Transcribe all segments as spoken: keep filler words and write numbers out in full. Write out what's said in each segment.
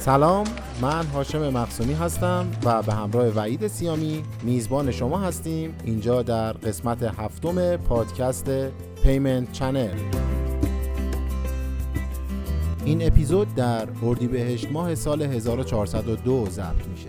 سلام، من هاشم مقسومی هستم و به همراه وحید سیامی میزبان شما هستیم اینجا در قسمت هفتم پادکست پیمنت چنل. این اپیزود در اردیبهشت ماه سال هزار و چهارصد و دو ضبط میشه.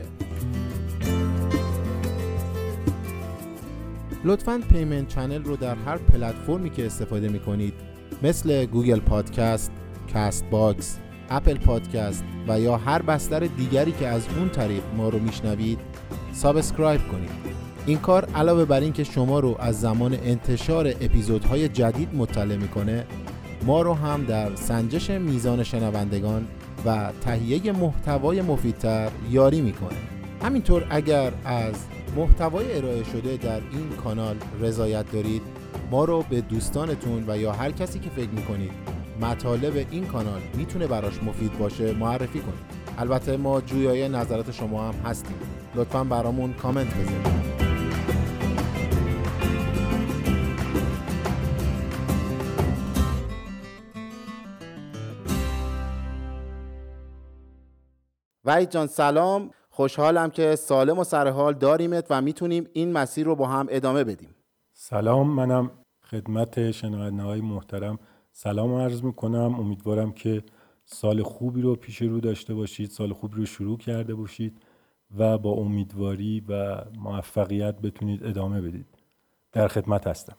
لطفاً پیمنت چنل رو در هر پلتفرمی که استفاده میکنید مثل گوگل پادکست، کست باکس، اپل پادکست و یا هر بستر دیگری که از اون طریق ما رو میشنوید سابسکرایب کنید. این کار علاوه بر این که شما رو از زمان انتشار اپیزودهای جدید مطلع میکنه، ما رو هم در سنجش میزان شنوندگان و تهیه محتوای مفیدتر یاری میکنه. همینطور اگر از محتوای ارائه شده در این کانال رضایت دارید، ما رو به دوستانتون و یا هر کسی که فکر میکنید مطالب این کانال میتونه براش مفید باشه معرفی کنید. البته ما جویای نظرات شما هم هستیم. لطفاً برامون کامنت بذارید. وحید جان سلام، خوشحالم که سالم و سرحال داریمت و میتونیم این مسیر رو با هم ادامه بدیم. سلام، منم خدمت شنونده‌های محترم سلام عرض میکنم. امیدوارم که سال خوبی رو پیش رو داشته باشید، سال خوبی رو شروع کرده باشید و با امیدواری و موفقیت بتونید ادامه بدید. در خدمت هستم.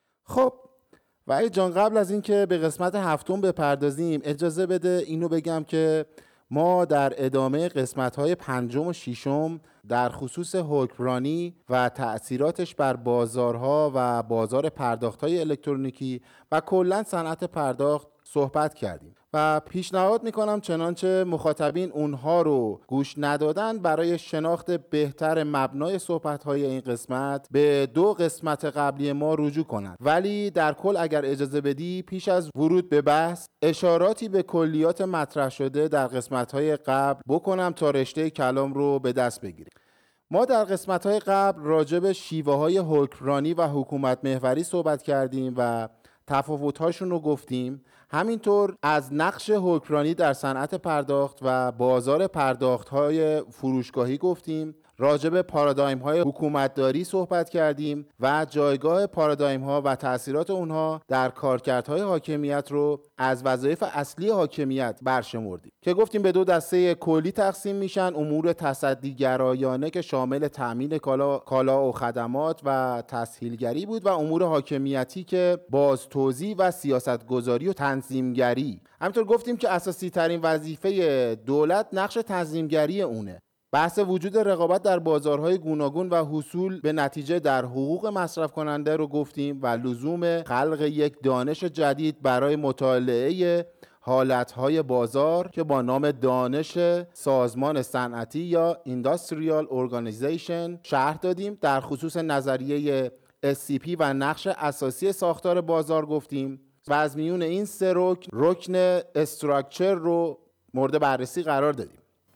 خب وحید جان، قبل از این که به قسمت هفتم بپردازیم اجازه بده اینو بگم که ما در ادامه قسمت‌های پنجم و ششم در خصوص حکمرانی و تأثیراتش بر بازارها و بازار پرداخت‌های الکترونیکی و کلاً صنعت پرداخت صحبت کردیم و پیشنهاد میکنم چنانچه مخاطبین اونها رو گوش ندادن برای شناخت بهتر مبنای صحبت‌های این قسمت به دو قسمت قبلی ما رجوع کنند. ولی در کل اگر اجازه بدی پیش از ورود به بحث اشاراتی به کلیات مطرح شده در قسمت‌های قبل بکنم تا رشته کلام رو به دست بگیریم. ما در قسمت‌های قبل راجع به شیوه‌های حکمرانی و حکومت محوری صحبت کردیم و تفاوت‌هاشون رو گفتیم. همینطور از نقش حکمرانی در صنعت پرداخت و بازار پرداخت‌های فروشگاهی گفتیم. راجع به پارادایم‌های حکومتداری صحبت کردیم و جایگاه پارادایم‌ها و تأثیرات اونها در کارکردهای حاکمیت رو از وظایف اصلی حاکمیت برشمردیم که گفتیم به دو دسته کلی تقسیم میشن: امور تصدی‌گرایانه که شامل تأمین کالا کالا و خدمات و تسهیلگری بود و امور حاکمیتی که بازتوزیع و سیاستگذاری و تنظیمگری. همینطور گفتیم که اساسی ترین وظیفه دولت نقش تنظیمگری اونه. بحث وجود رقابت در بازارهای گوناگون و حصول به نتیجه در حقوق مصرف کننده رو گفتیم و لزوم خلق یک دانش جدید برای مطالعه حالتهای بازار که با نام دانش سازمان صنعتی یا Industrial Organization شرح دادیم. در خصوص نظریه اس سی پی و نقش اساسی ساختار بازار گفتیم و از میون این سه رکن رکن استراکچر رو مورد بررسی قرار دادیم.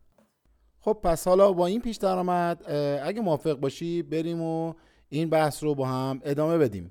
خب پس حالا با این پیش درآمد اگه موافق باشی بریم و این بحث رو با هم ادامه بدیم.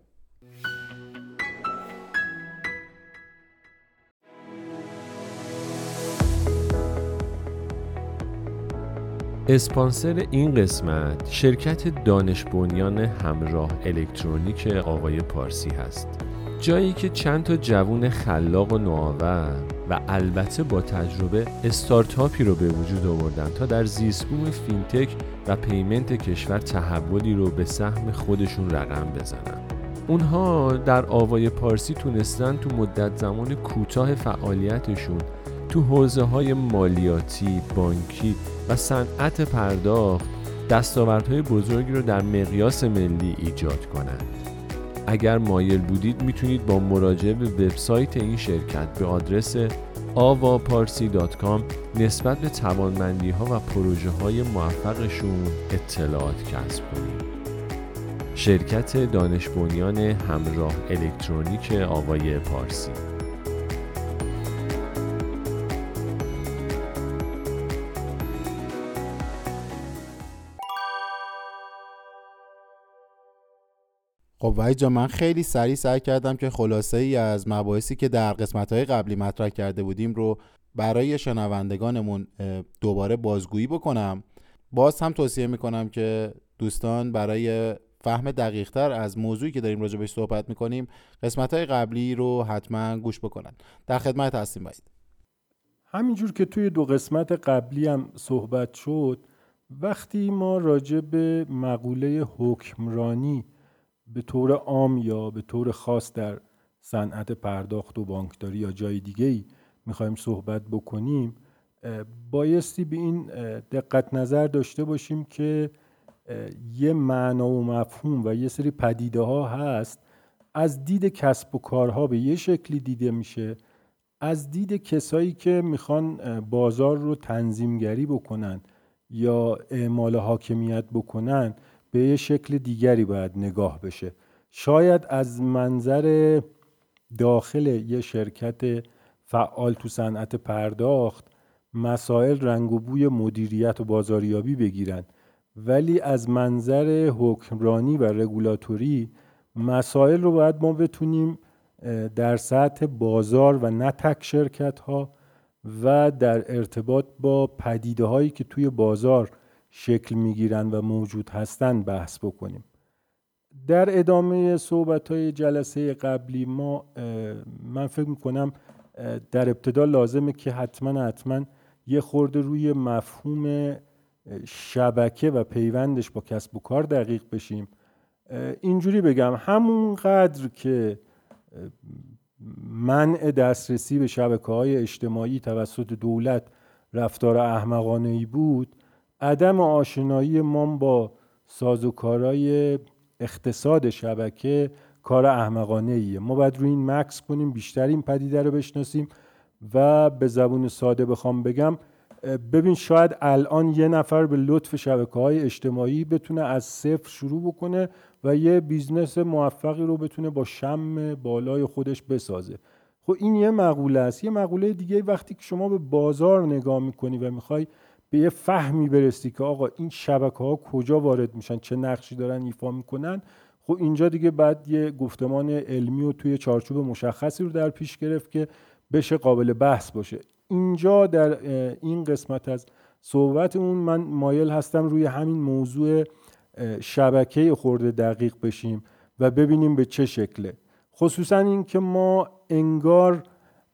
اسپانسر این قسمت شرکت دانش بنیان همراه الکترونیک آقای پارسی هست. جایی که چند تا جوون خلاق و نوآور و البته با تجربه استارتاپی رو به وجود آوردن تا در زیست‌بوم فینتک و پیمنت کشور تحولی رو به سهم خودشون رقم بزنن. اونها در آوای پارسی تونستن تو مدت زمان کوتاه فعالیتشون تو حوزه‌های مالیاتی، بانکی و صنعت پرداخت دستاوردهای بزرگی رو در مقیاس ملی ایجاد کنند. اگر مایل بودید میتونید با مراجعه به وبسایت این شرکت به آدرس آوا پارسی دات کام نسبت به توانمندی‌ها و پروژه‌های موفقشون اطلاعات کسب کنید. شرکت دانش بنیان همراه الکترونیک آقای پارسی. خب وحید جان، من خیلی سریع سعی کردم که خلاصه ای از مباحثی که در قسمت‌های قبلی مطرح کرده بودیم رو برای شنوندگانمون دوباره بازگویی بکنم. باز هم توصیه میکنم که دوستان برای فهم دقیق‌تر از موضوعی که داریم راجع بهش صحبت میکنیم قسمت‌های قبلی رو حتما گوش بکنن. در خدمت هستیم. وحید، همینجور که توی دو قسمت قبلی هم صحبت شد، وقتی ما راجع به مقوله حکمرانی به طور عام یا به طور خاص در صنعت پرداخت و بانکداری یا جای دیگه‌ای میخوایم صحبت بکنیم، بایستی به این دقت نظر داشته باشیم که یه معنا و مفهوم و یه سری پدیده ها هست از دید کسب و کارها به یه شکلی دیده میشه، از دید کسایی که میخوان بازار رو تنظیمگری بکنن یا اعمال حاکمیت بکنن به یه شکل دیگری باید نگاه بشه. شاید از منظر داخل یه شرکت فعال تو صنعت پرداخت مسائل رنگ و بوی مدیریت و بازاریابی بگیرن، ولی از منظر حکمرانی و رگولاتوری مسائل رو باید ما بتونیم در سطح بازار و نه تک شرکت ها و در ارتباط با پدیده هایی که توی بازار شکل میگیرن و موجود هستن بحث بکنیم. در ادامه صحبت های جلسه قبلی ما من فکر میکنم در ابتدا لازمه که حتما حتما یه خورده روی مفهوم شبکه و پیوندش با کسب و کار دقیق بشیم. اینجوری بگم، همون قدر که منع دسترسی به شبکه‌های اجتماعی توسط دولت رفتار احمقانه‌ای بود، عدم آشنایی ما با سازوکارهای اقتصاد شبکه کار احمقانه‌ایه. ما باید روی این مکس کنیم، بیشتر این پدیده رو بشناسیم و به زبون ساده بخوام بگم، ببین شاید الان یه نفر به لطف شبکه‌های اجتماعی بتونه از صفر شروع بکنه و یه بیزنس موفقی رو بتونه با شم بالای خودش بسازه. خب این یه مقوله است. یه مقوله دیگه وقتی که شما به بازار نگاه میکنی و میخوای به یه فهمی برسی که آقا این شبکه‌ها کجا وارد میشن، چه نقشی دارن ایفا میکنن، خب اینجا دیگه بعد یه گفتمان علمی و توی چارچوب مشخصی رو در پیش گرفت که بشه قابل بحث باشه. اینجا در این قسمت از صحبتمون من مایل هستم روی همین موضوع شبکه خورده دقیق بشیم و ببینیم به چه شکله. خصوصا این که ما انگار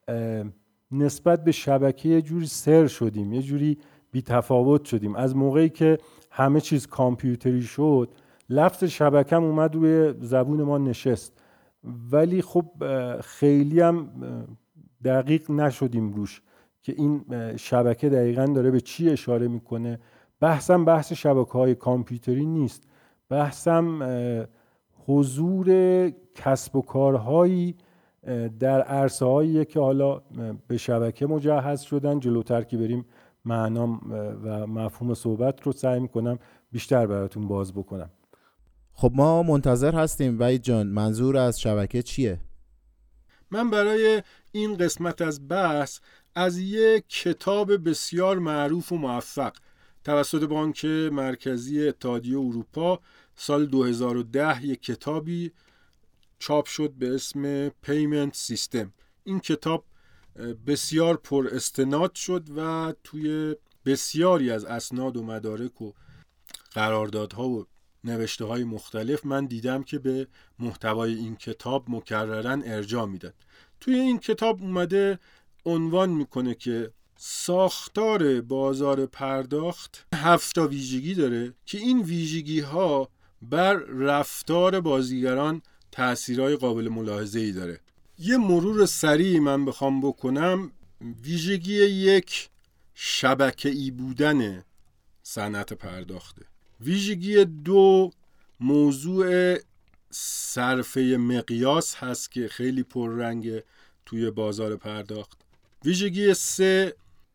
نسبت به شبکه یه جوری سر شدیم، یه جوری بی تفاوت شدیم. از موقعی که همه چیز کامپیوتری شد، لفظ شبکم اومد روی زبون ما نشست، ولی خب خیلی هم دقیق نشدیم روش که این شبکه دقیقاً داره به چی اشاره میکنه. بحثم بحث شبکه‌های کامپیوتری نیست، بحثم حضور کسب و کارهایی در عرصه‌هایی که حالا به شبکه مجهز شدن. جلوتر که بریم معنام و مفهوم صحبت رو سعی میکنم بیشتر براتون باز بکنم. خب ما منتظر هستیم. وحید جان، منظور از شبکه چیه؟ من برای این قسمت از بحث از یک کتاب بسیار معروف و موفق توسط بانک مرکزی اتحادیه اروپا سال دو هزار و ده یک کتابی چاپ شد به اسم پیمنت سیستم. این کتاب بسیار پر استناد شد و توی بسیاری از اسناد و مدارک و قراردادها و نوشته های مختلف من دیدم که به محتوای این کتاب مکررن ارجاع میدن. توی این کتاب اومده عنوان میکنه که ساختار بازار پرداخت هفت تا ویژگی داره که این ویژگی ها بر رفتار بازیگران تأثیرهای قابل ملاحظه‌ای داره. یه مرور سریع من بخوام بکنم. ویژگی یک، شبکه‌ای بودن صنعت پرداخته. ویژگی دو، موضوع صرفه مقیاس هست که خیلی پررنگه توی بازار پرداخت. ویژگی سه،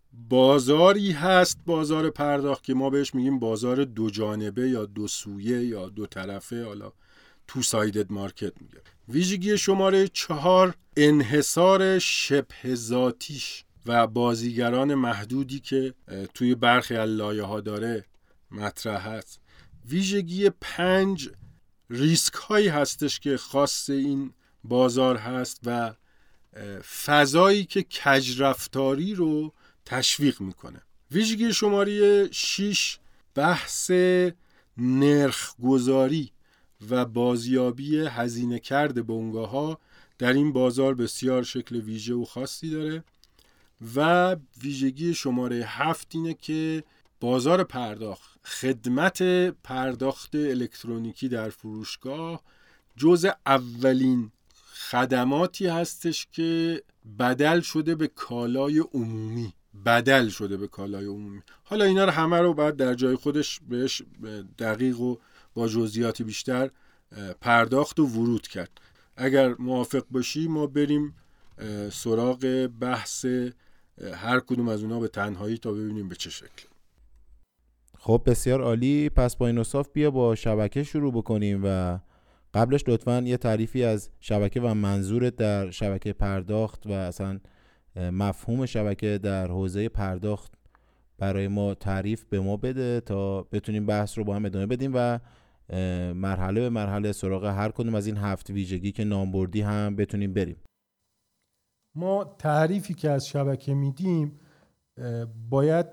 بازاری هست بازار پرداخت که ما بهش میگیم بازار دو جانبه یا دو سویه یا دو طرفه، حالا تو سایدد مارکت میگه. ویژگی شماره چهار، انحصار شبه ذاتیش و بازیگران محدودی که توی برخی از لایه‌ها داره مطرح هست. ویژگی پنج، ریسک هایی هستش که خاص این بازار هست و فضایی که کجرفتاری رو تشویق میکنه. ویژگی شماره شش بحث نرخ گذاری و بازیابی هزینه کرده بنگاه ها در این بازار بسیار شکل ویژه و خاصی داره. و ویژگی شماره هفت اینه که بازار پرداخت، خدمت پرداخت الکترونیکی در فروشگاه جزء اولین خدماتی هستش که بدل شده به کالای عمومی بدل شده به کالای عمومی. حالا اینا رو همه رو باید در جای خودش بهش دقیق و با جزئیات بیشتر پرداخت و ورود کرد. اگر موافق باشی ما بریم سراغ بحث هر کدوم از اونا به تنهایی تا ببینیم به چه شکل. خب بسیار عالی. پس با این اوصاف بیا با شبکه شروع بکنیم و قبلش لطفاً یه تعریفی از شبکه و منظورت در شبکه پرداخت و اصلا مفهوم شبکه در حوزه پرداخت برای ما تعریف به ما بده تا بتونیم بحث رو با هم ادامه بدیم و مرحله به مرحله سراغ هر کدوم از این هفت ویژگی که نام بردی هم بتونیم بریم. ما تعریفی که از شبکه میدیم باید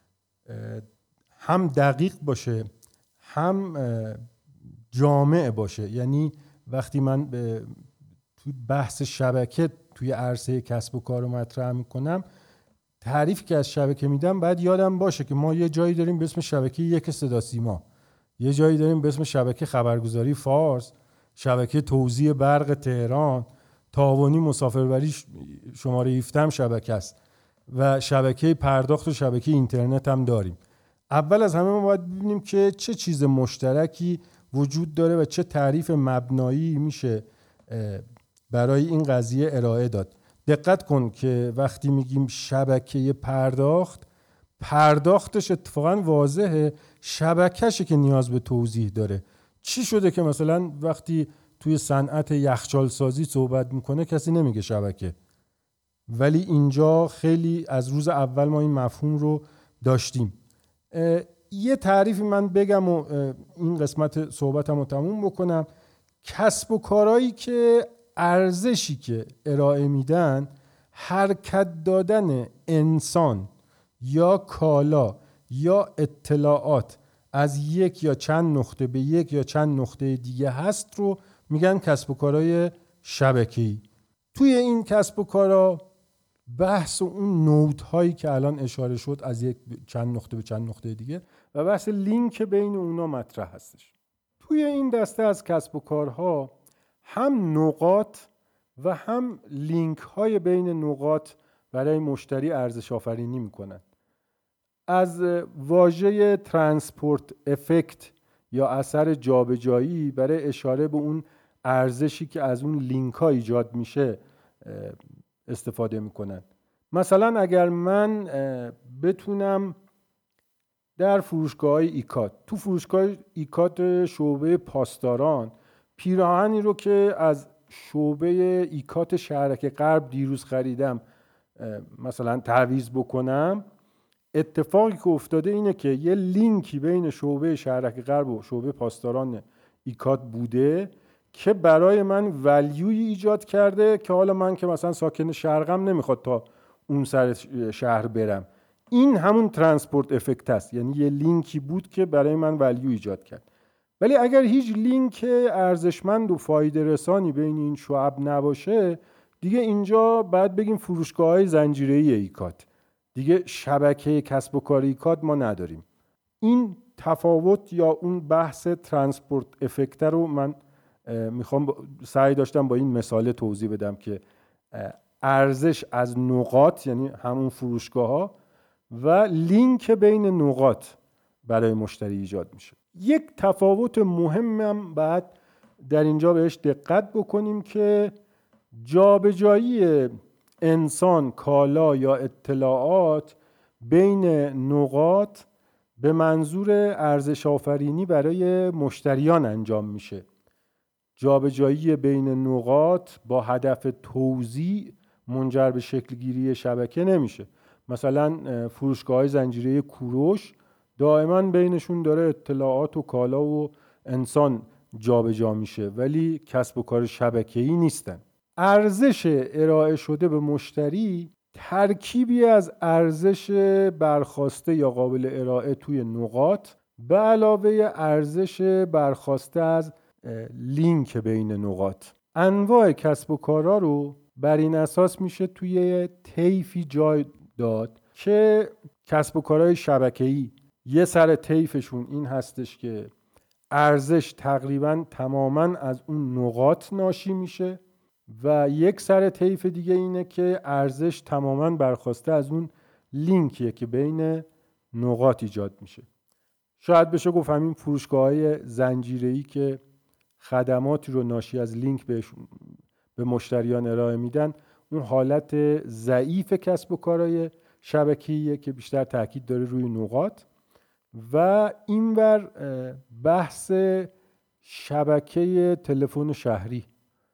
هم دقیق باشه هم جامع باشه. یعنی وقتی من به توی بحث شبکه توی عرصه کسب و کار رو مطرح میکنم، تعریفی که از شبکه میدم باید یادم باشه که ما یه جایی داریم به اسم شبکه یک صدا سیما، یه جایی داریم به اسم شبکه خبرگزاری فارس، شبکه توزیع برق تهران، تاوانی مسافربری شماره هفده هم شبکه است و شبکه پرداخت و شبکه اینترنت هم داریم. اول از همه ما باید ببینیم که چه چیز مشترکی وجود داره و چه تعریف مبنایی میشه برای این قضیه ارائه داد. دقت کن که وقتی میگیم شبکه پرداخت، پرداختش اتفاقا واضحه، شبکه‌شه که نیاز به توضیح داره. چی شده که مثلا وقتی توی صنعت یخچال سازی صحبت میکنه کسی نمیگه شبکه، ولی اینجا خیلی از روز اول ما این مفهوم رو داشتیم. یه تعریفی من بگم و این قسمت صحبتم رو تموم بکنم. کسب و کارهایی که ارزشی که ارائه میدن حرکت دادن انسان یا کالا یا اطلاعات از یک یا چند نقطه به یک یا چند نقطه دیگه هست رو میگن کسب و کارهای شبکه‌ای. توی این کسب و کارها بحث و اون نودهایی که الان اشاره شد از یک چند نقطه به چند نقطه دیگه و بحث لینک بین اونا مطرح هستش. توی این دسته از کسب و کارها هم نقاط و هم لینک های بین نقاط برای مشتری ارزش آفرینی میکنن. از واژه ترانسپورت افکت یا اثر جابجایی برای اشاره به اون ارزشی که از اون لینک ها ایجاد میشه استفاده میکنن. مثلا اگر من بتونم در فروشگاه ایکات، تو فروشگاه ایکات شعبه پاسداران، پیراهنی رو که از شعبه ایکات شهرک غرب دیروز خریدم مثلا تعویض بکنم، اتفاقی که افتاده اینه که یه لینکی بین شعبه شهرک غرب و شعبه پاسداران ایکات بوده که برای من ولیوی ایجاد کرده که حالا من که مثلا ساکن شرقم نمیخواد تا اون سر شهر برم. این همون ترانسپورت افکت است، یعنی یه لینکی بود که برای من ولیو ایجاد کرد. ولی اگر هیچ لینک ارزشمند و فایده رسانی بین این شعب نباشه، دیگه اینجا باید بگیم فروشگاه‌های زنجیره‌ای ایکات، دیگه شبکه کسب و کار ایکات ما نداریم. این تفاوت یا اون بحث ترانسپورت افکت رو من میخوام سعی داشتم با این مثال توضیح بدم که ارزش از نقاط، یعنی همون فروشگاه‌ها، و لینک بین نقاط برای مشتری ایجاد میشه. یک تفاوت مهمم بعد در اینجا بهش دقت بکنیم که جابجایی انسان، کالا یا اطلاعات بین نقاط به منظور ارزش آفرینی برای مشتریان انجام میشه. جابجایی بین نقاط با هدف توزیع منجر به شکل گیری شبکه نمیشه. مثلا فروشگاه‌های زنجیره کوروش دائما بینشون داره اطلاعات و کالا و انسان جابجا میشه، ولی کسب و کار شبکه‌ای نیستن. ارزش ارائه شده به مشتری ترکیبی از ارزش برخواسته یا قابل ارائه توی نقاط به علاوه ارزش برخواسته از لینک بین نقاط. انواع کسب و کارا رو بر این اساس میشه توی طیفی جای داد که کسب و کارهای شبکه‌ای یه سر طیفشون این هستش که ارزش تقریبا تماما از اون نقاط ناشی میشه و یک سر طیف دیگه اینه که ارزش تماما برخواسته از اون لینکیه که بین نقاط ایجاد میشه. شاید بشه گفت همین فروشگاه‌های زنجیره‌ای که خدماتی رو ناشی از لینک بهشون به مشتریان ارائه میدن، اون حالت ضعیف کسب و کارهای شبکه‌ایه که بیشتر تاکید داره روی نقاط. و اینور بحث شبکه تلفن شهری،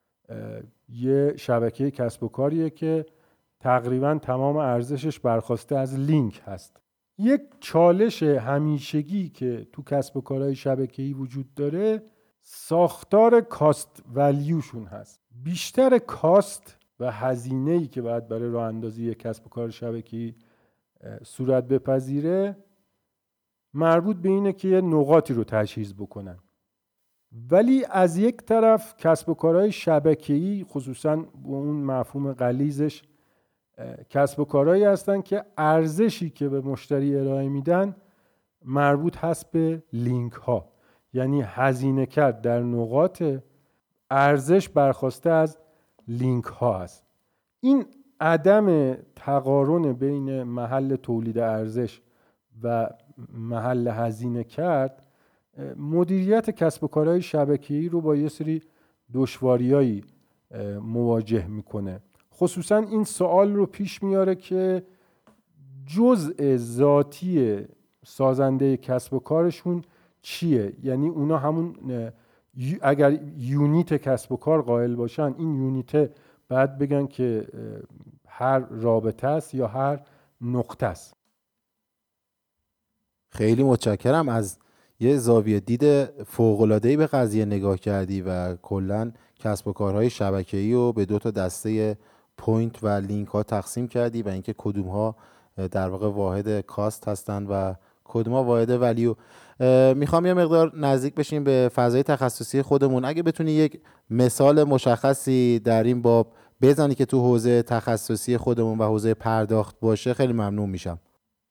یه شبکه کسب و کاریه که تقریبا تمام ارزشش برخواسته از لینک هست. یک چالش همیشگی که تو کسب و کارهای شبکه‌ای وجود داره ساختار کاست ولیوشون هست. بیشتر کاست و هزینه‌ای که باید برای راه اندازی کسب و کار شبکه‌ای صورت بپذیره مربوط به اینه که یه نقاطی رو تجهیز بکنن. ولی از یک طرف کسب و کارهای شبکه‌ای خصوصاً با اون مفهوم غلیظش کسب و کارهایی هستن که ارزشی که به مشتری ارائه میدن مربوط هست به لینک ها، یعنی هزینه کرد در نقاط ارزش برخواسته از لینک ها هست. این عدم تقارن بین محل تولید ارزش و محل هزینه کرد مدیریت کسب و کارهای شبکه‌ای رو با یه سری دشواریایی مواجه میکنه. خصوصا این سوال رو پیش میاره که جزء ذاتی سازنده کسب و کارشون چیه؟ یعنی اونا همون اگر یونیت کسب و کار قائل باشن، این یونیت بعد بگن که هر رابطه است یا هر نقطه است. خیلی متشکرم، از یه زاویه دید فوق‌العاده‌ای به قضیه نگاه کردی و کلاً کسب و کارهای شبکه‌ای رو به دو تا دسته پوینت و لینک ها تقسیم کردی و اینکه کدوم ها در واقع واحد کاست هستن و کدوم ها واحد ولیو. میخوام یه مقدار نزدیک بشیم به فضای تخصصی خودمون. اگه بتونی یک مثال مشخصی در این باب بزنی که تو حوزه تخصصی خودمون و حوزه پرداخت باشه خیلی ممنون میشم.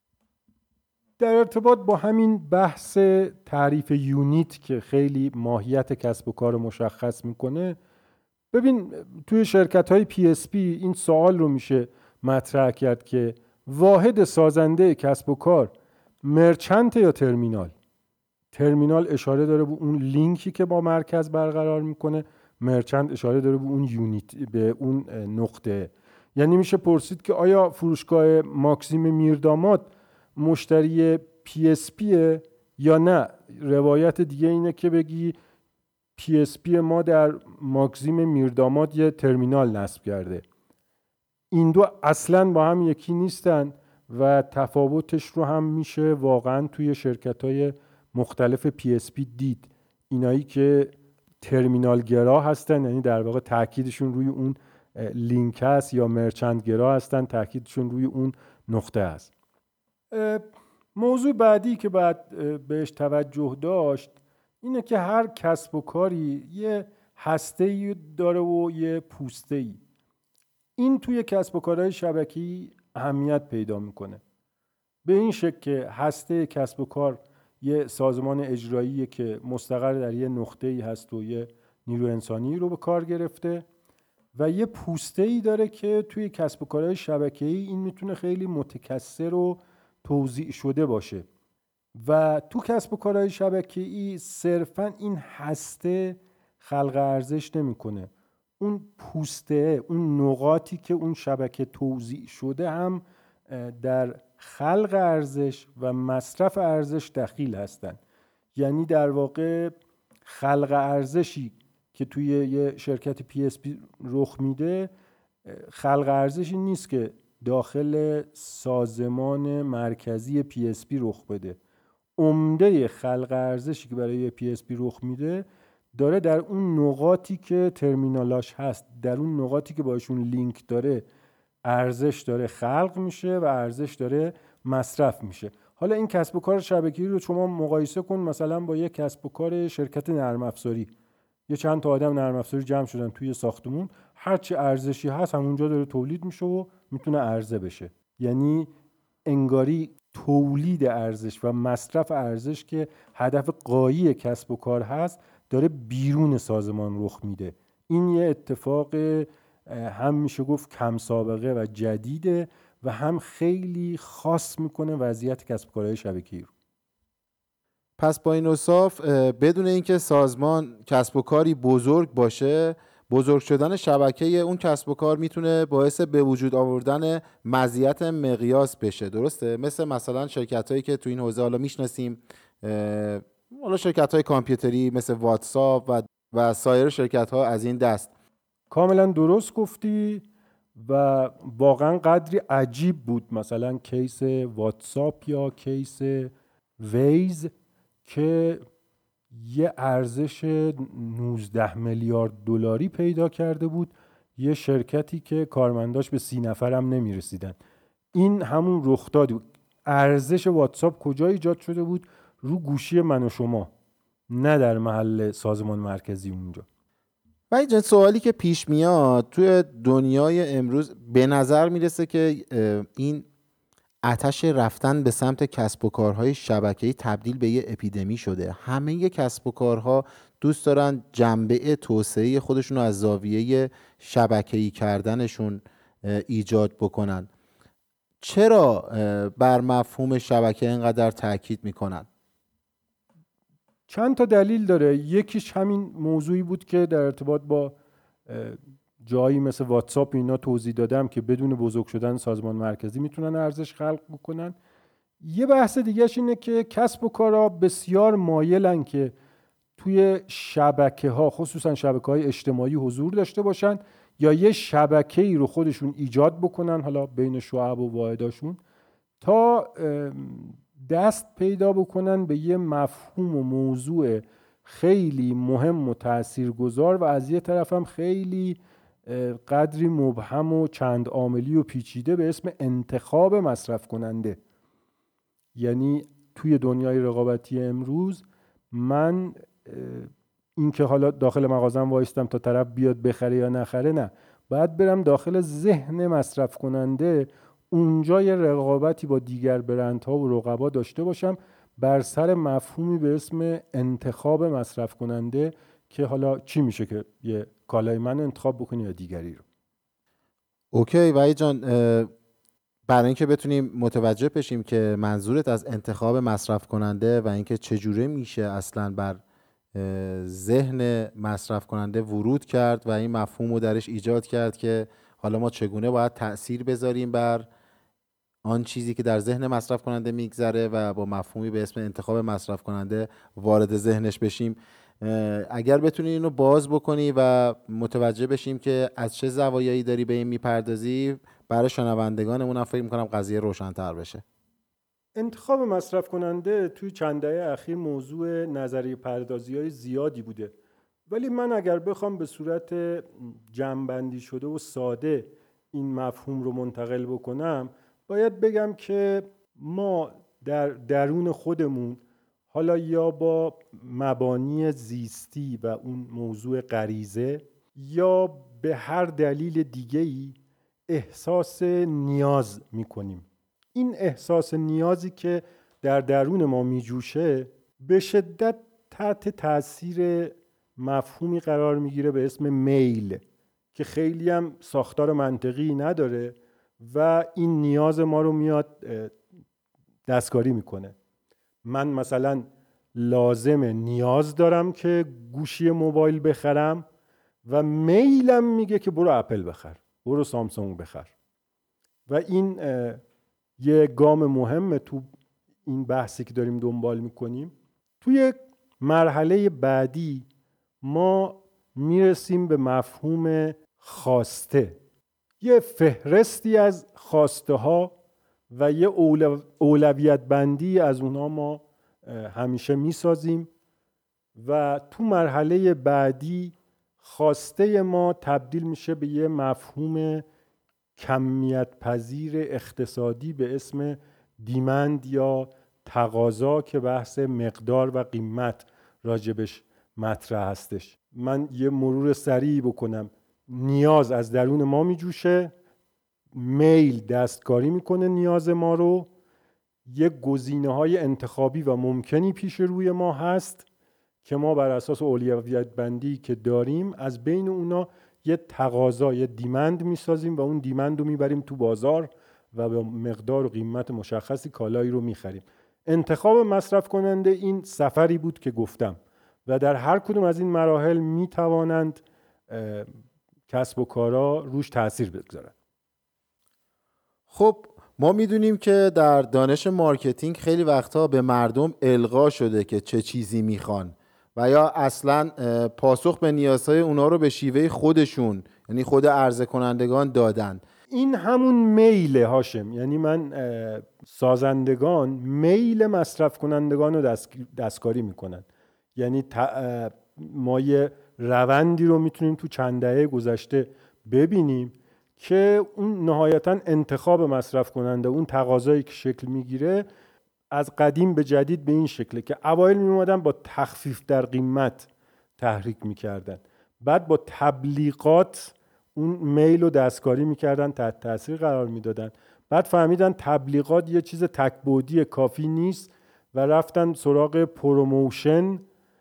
در ارتباط با همین بحث تعریف یونیت که خیلی ماهیت کسب و کار مشخص میکنه، ببین توی شرکت‌های پی اس پی این سوال رو میشه مطرح کرد که واحد سازنده کسب و کار مرچنت یا ترمینال. ترمینال اشاره داره به اون لینکی که با مرکز برقرار میکنه، مرچنت اشاره داره به اون یونیت، به اون نقطه. یعنی میشه پرسید که آیا فروشگاه ماکسیم میرداماد مشتری پی اس پیه یا نه؟ روایت دیگه اینه که بگی پی اس پی ما در ماکسیم میرداماد یه ترمینال نصب کرده. این دو اصلاً با هم یکی نیستن و تفاوتش رو هم میشه واقعاً توی شرکت‌های مختلف پی اس پی دید. اینایی که ترمینال گرا هستن، یعنی در واقع تاکیدشون روی اون لینک است، یا مرچنت گرا هستن، تاکیدشون روی اون نقطه است. موضوع بعدی که باید بهش توجه داشت اینه که هر کسب و کاری یه هسته‌ای داره و یه پوسته‌ای. این توی کسب و کارهای شبکه‌ای اهمیت پیدا میکنه. به این شکل که هسته کسب و کار یه سازمان اجراییه که مستقر در یه نقطه‌ای هست و یه نیرو انسانی رو به کار گرفته و یه پوسته‌ای داره که توی کسب و کارهای شبکه‌ای این میتونه خیلی متکثر و توزیع شده باشه. و تو کسب و کارهای شبکه‌ای صرفاً این هسته خلق ارزش نمی‌کنه. اون پوسته، اون نقاطی که اون شبکه توزیع شده هم در خلق ارزش و مصرف ارزش دخیل هستن. یعنی در واقع خلق ارزشی که توی یه شرکت پی اس پی رخ میده، خلق ارزشی نیست که داخل سازمان مرکزی پی اس پی رخ بده. عمده خلق ارزشی که برای پی اس پی رخ میده داره در اون نقاطی که ترمینالاش هست، در اون نقاطی که باشون لینک داره ارزش داره خلق میشه و ارزش داره مصرف میشه. حالا این کسب و کار شبکه‌ای رو شما مقایسه کن مثلا با یک کسب و کار شرکت نرم افزاری. یه چند تا آدم نرم افزاری جمع شدن توی ساختمون، هر چی ارزشی هست همونجا داره تولید میشه و میتونه عرضه بشه. یعنی انگاری تولید ارزش و مصرف ارزش که هدف غایی کسب و کار هست داره بیرون سازمان رخ میده. این یه اتفاق هم میشه گفت کم سابقه و جدیده و هم خیلی خاص میکنه وضعیت کسب و کارهای شبکه‌ای رو. پس با این اوصاف بدون اینکه سازمان کسب و کاری بزرگ باشه، بزرگ شدن شبکه اون کسب و کار میتونه باعث به وجود آوردن مزیت مقیاس بشه. درسته؟ مثل مثلا شرکت هایی که تو این حوزه حالا میشناسیم، حالا شرکت های کامپیوتری مثل واتساپ و و سایر شرکت ها از این دست. کاملا درست گفتی و واقعا قدری عجیب بود مثلا کیس واتساپ یا کیس ویز که یه ارزش نوزده میلیارد دلاری پیدا کرده بود، یه شرکتی که کارمنداش به سی نفر هم نمی رسیدن. این همون رخ داد بود. ارزش واتساپ کجا ایجاد شده بود؟ رو گوشی من و شما، نه در محل سازمان مرکزی اونجا. و این سوالی که پیش میاد توی دنیای امروز به نظر میرسه که این آتش رفتن به سمت کسب و کارهای شبکه‌ای تبدیل به یه اپیدمی شده. همه ی کسب و کارها دوست دارن جنبه توسعه خودشون رو از زاویه شبکه‌ای کردنشون ایجاد بکنن. چرا بر مفهوم شبکه اینقدر تاکید میکنن؟ چند تا دلیل داره. یکیش همین موضوعی بود که در ارتباط با جایی مثل واتساپ اینا توضیح دادم که بدون بزرگ شدن سازمان مرکزی میتونن ارزش خلق بکنن. یه بحث دیگهش اینه که کسب و کارها بسیار مایلن که توی شبکه ها، خصوصا شبکه های اجتماعی حضور داشته باشن یا یه شبکه‌ای رو خودشون ایجاد بکنن، حالا بین شعب و واحداشون، تا دست پیدا بکنن به یه مفهوم و موضوع خیلی مهم و تاثیرگذار و از یه طرف هم خیلی قدری مبهم و چند عاملی و پیچیده به اسم انتخاب مصرف کننده. یعنی توی دنیای رقابتی امروز من این که حالا داخل مغازم وایستم تا طرف بیاد بخره یا نخره، نه، باید برم داخل ذهن مصرف کننده، اونجا یه رقابتی با دیگر برندها و رقبا داشته باشم بر سر مفهومی به اسم انتخاب مصرف کننده که حالا چی میشه که یه کالای من انتخاب بکنی یا دیگری رو. اوکی وحید جان، برای اینکه بتونیم متوجه بشیم که منظورت از انتخاب مصرف کننده و اینکه چجوره میشه اصلا بر ذهن مصرف کننده ورود کرد و این مفهوم رو درش ایجاد کرد که حالا ما چگونه باید تأثیر بذاریم بر آن چیزی که در ذهن مصرف کننده میگذره و با مفهومی به اسم انتخاب مصرف کننده وارد ذهنش بشیم، اگر بتونی اینو باز بکنی و متوجه بشیم که از چه زوایایی داری به این میپردازی، برای شنوندگانمون هم فکر میکنم قضیه روشن‌تر بشه. انتخاب مصرف کننده توی چند دهه اخیر موضوع نظریه پردازی‌های زیادی بوده، ولی من اگر بخوام به صورت جمع‌بندی شده و ساده این مفهوم رو منتقل بکنم، باید بگم که ما در درون خودمون، حالا یا با مبانی زیستی و اون موضوع غریزه یا به هر دلیل دیگه‌ای احساس نیاز می‌کنیم. این احساس نیازی که در درون ما میجوشه به شدت تحت تاثیر مفهومی قرار میگیره به اسم میل که خیلی هم ساختار منطقی نداره و این نیاز ما رو میاد دستکاری میکنه. من مثلا لازم نیاز دارم که گوشی موبایل بخرم و میلم میگه که برو اپل بخر، برو سامسونگ بخر. و این یه گام مهمه تو این بحثی که داریم دنبال میکنیم. توی مرحله بعدی ما میرسیم به مفهوم خواسته، یه فهرستی از خواسته ها و یه اولویت بندی از اونها ما همیشه میسازیم و تو مرحله بعدی خواسته ما تبدیل میشه به یه مفهوم کمیت پذیر اقتصادی به اسم دیمند یا تقاضا که بحث مقدار و قیمت راجبش مطرح هستش. من یه مرور سریع بکنم. نیاز از درون ما میجوشه، میل دستکاری میکنه نیاز ما رو، یه گزینه‌های انتخابی و ممکنی پیش روی ما هست که ما بر اساس اولویت بندی که داریم از بین اونا یه تقاضا، یه دیمند میسازیم و اون دیمند رو میبریم تو بازار و به مقدار و قیمت مشخصی کالایی رو میخریم. انتخاب مصرف کننده این سفری بود که گفتم و در هر کدوم از این مراحل میتوانند کسب و کارا روش تأثیر بگذارن. خب ما میدونیم که در دانش مارکتینگ خیلی وقتا به مردم القا شده که چه چیزی میخوان و یا اصلا پاسخ به نیازهای اونا رو به شیوه خودشون، یعنی خود عرضه کنندگان دادن. این همون میل هاشم، یعنی من سازندگان میل مصرف کنندگان رو دست، دستکاری میکنن. یعنی ما یه روندی رو میتونیم تو چند دهه گذشته ببینیم که اون نهایتاً انتخاب مصرف کننده، اون تقاضایی که شکل میگیره از قدیم به جدید به این شکله که اوایل میومدن با تخفیف در قیمت تحریک میکردن، بعد با تبلیغات اون میل رو دستکاری میکردن، تحت تاثیر قرار میدادن، بعد فهمیدن تبلیغات یه چیز تکبودی کافی نیست و رفتن سراغ پروموشن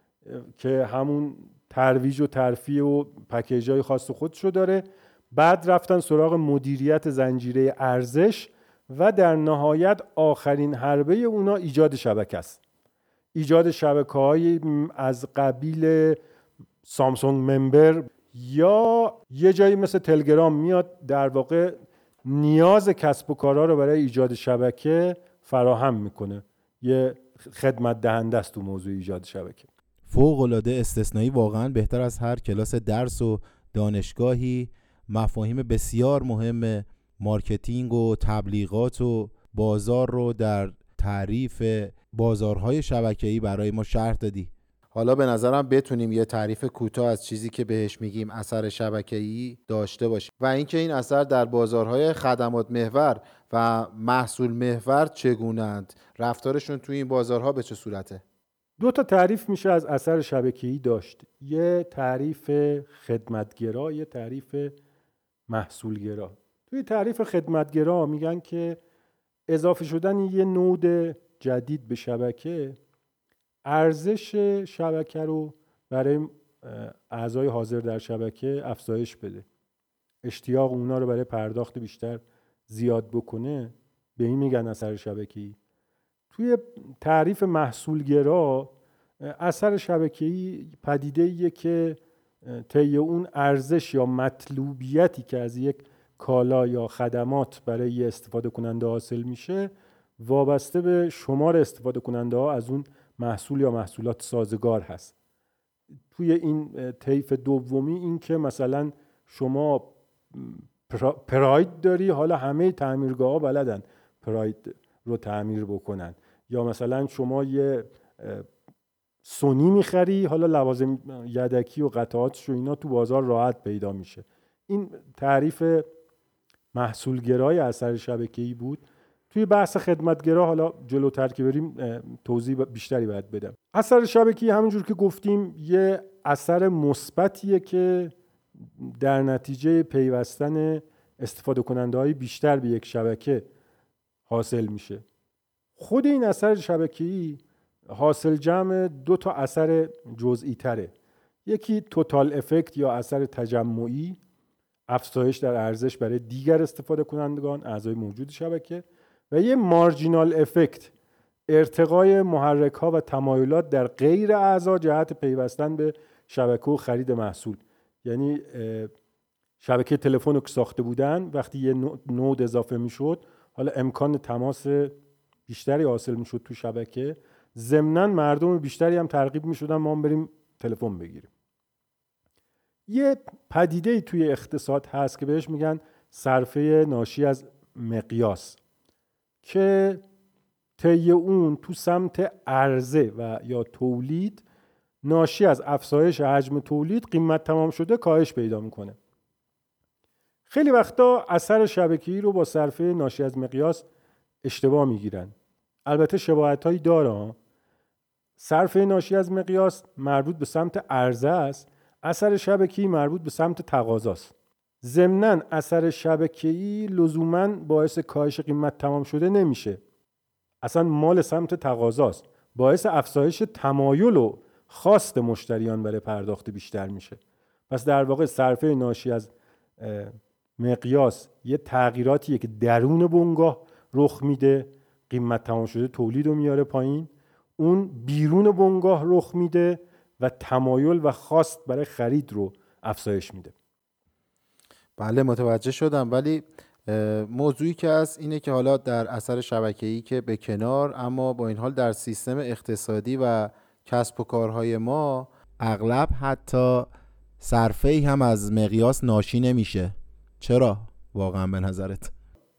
که همون ترویج و ترفیع و پکیج‌های خاص خودشو داره، بعد رفتن سراغ مدیریت زنجیره ارزش و در نهایت آخرین حربه اونا ایجاد شبکه است. ایجاد شبکه‌های از قبیل سامسونگ ممبر یا یه جایی مثل تلگرام میاد در واقع نیاز کسب و کارها رو برای ایجاد شبکه فراهم میکنه. یه خدمت دهنده است تو موضوع ایجاد شبکه. فوق‌العاده استثنایی، واقعا بهتر از هر کلاس درس و دانشگاهی. مفاهیم بسیار مهم مارکتینگ و تبلیغات و بازار رو در تعریف بازارهای شبکه‌ای برای ما شرح دادی. حالا به نظرم بتونیم یه تعریف کوتاه از چیزی که بهش میگیم اثر شبکه‌ای داشته باشیم و اینکه این اثر در بازارهای خدمات محور و محصول محور چگونه‌اند، رفتارشون توی این بازارها به چه صورته؟ دو تا تعریف میشه از اثر شبکه‌ای داشت. یه تعریف خدمتگرا، یه تعریف محصولگرا. توی تعریف خدمتگرا میگن که اضافه شدن یه نود جدید به شبکه ارزش شبکه رو برای اعضای حاضر در شبکه افزایش بده، اشتیاق اونا رو برای پرداخت بیشتر زیاد بکنه. به این میگن اثر شبکه‌ای. توی تعریف محصولگرا اثر شبکه‌ای پدیده‌ایه که طی اون ارزش یا مطلوبیتی که از یک کالا یا خدمات برای استفاده کننده حاصل میشه وابسته به شمار استفاده کننده ها از اون محصول یا محصولات سازگار هست. توی این طیف دومی این که مثلا شما پراید داری، حالا همه تعمیرگاه ها بلدن پراید رو تعمیر بکنن، یا مثلا شما یه سونی میخری، حالا لوازم یدکی و قطعاتش و اینا تو بازار راحت پیدا میشه. این تعریف محصولگرای اثر شبکه‌ای بود. توی بحث خدمتگرا حالا جلوتر که بریم توضیح بیشتری باید بدم. اثر شبکه‌ای همونجور که گفتیم یه اثر مثبتیه که در نتیجه پیوستن استفاده کننده‌های بیشتر به یک شبکه حاصل میشه. خود این اثر شبکه‌ای حاصل جمع دو تا اثر جزئی تره. یکی توتال افکت یا اثر تجمعی، افزایش در ارزش برای دیگر استفاده کنندگان اعضای موجود شبکه، و یه مارجینال افکت، ارتقای محرک ها و تمایلات در غیر اعضا جهت پیوستن به شبکه و خرید محصول. یعنی شبکه تلفن رو که ساخته بودن، وقتی یه نود اضافه میشد حالا امکان تماس بیشتری حاصل میشد تو شبکه، ضمناً مردم بیشتری هم ترغیب میشدن ما هم بریم تلفن بگیریم. یه پدیده توی اقتصاد هست که بهش میگن صرفه ناشی از مقیاس که طی اون تو سمت عرضه و یا تولید ناشی از افزایش حجم تولید قیمت تمام شده کاهش پیدا میکنه. خیلی وقتا اثر شبکه‌ای رو با صرفه ناشی از مقیاس اشتباه میگیرن. البته شباهت‌هایی داره. صرفه ناشی از مقیاس مربوط به سمت عرضه است، اثر شبکه‌ای مربوط به سمت تقاضاست. ضمناً اثر شبکه‌ای لزوماً باعث کاهش قیمت تمام شده نمیشه. اصلا مال سمت تقاضاست. باعث افزایش تمایل و خواست مشتریان برای پرداخت بیشتر میشه. پس در واقع صرفه ناشی از مقیاس یه تغییراتیه که درون بنگاه رخ میده، قیمت تمام شده تولید رو میاره پایین. اون بیرون بنگاه رخ میده و تمایل و خواست برای خرید رو افزایش میده. بله متوجه شدم، ولی موضوعی که هست اینه که حالا در اثر شبکه‌ای که به کنار، اما با این حال در سیستم اقتصادی و کسب و کارهای ما اغلب حتی صرفه‌ای هم از مقیاس ناشی نمیشه. چرا واقعا به نظرت؟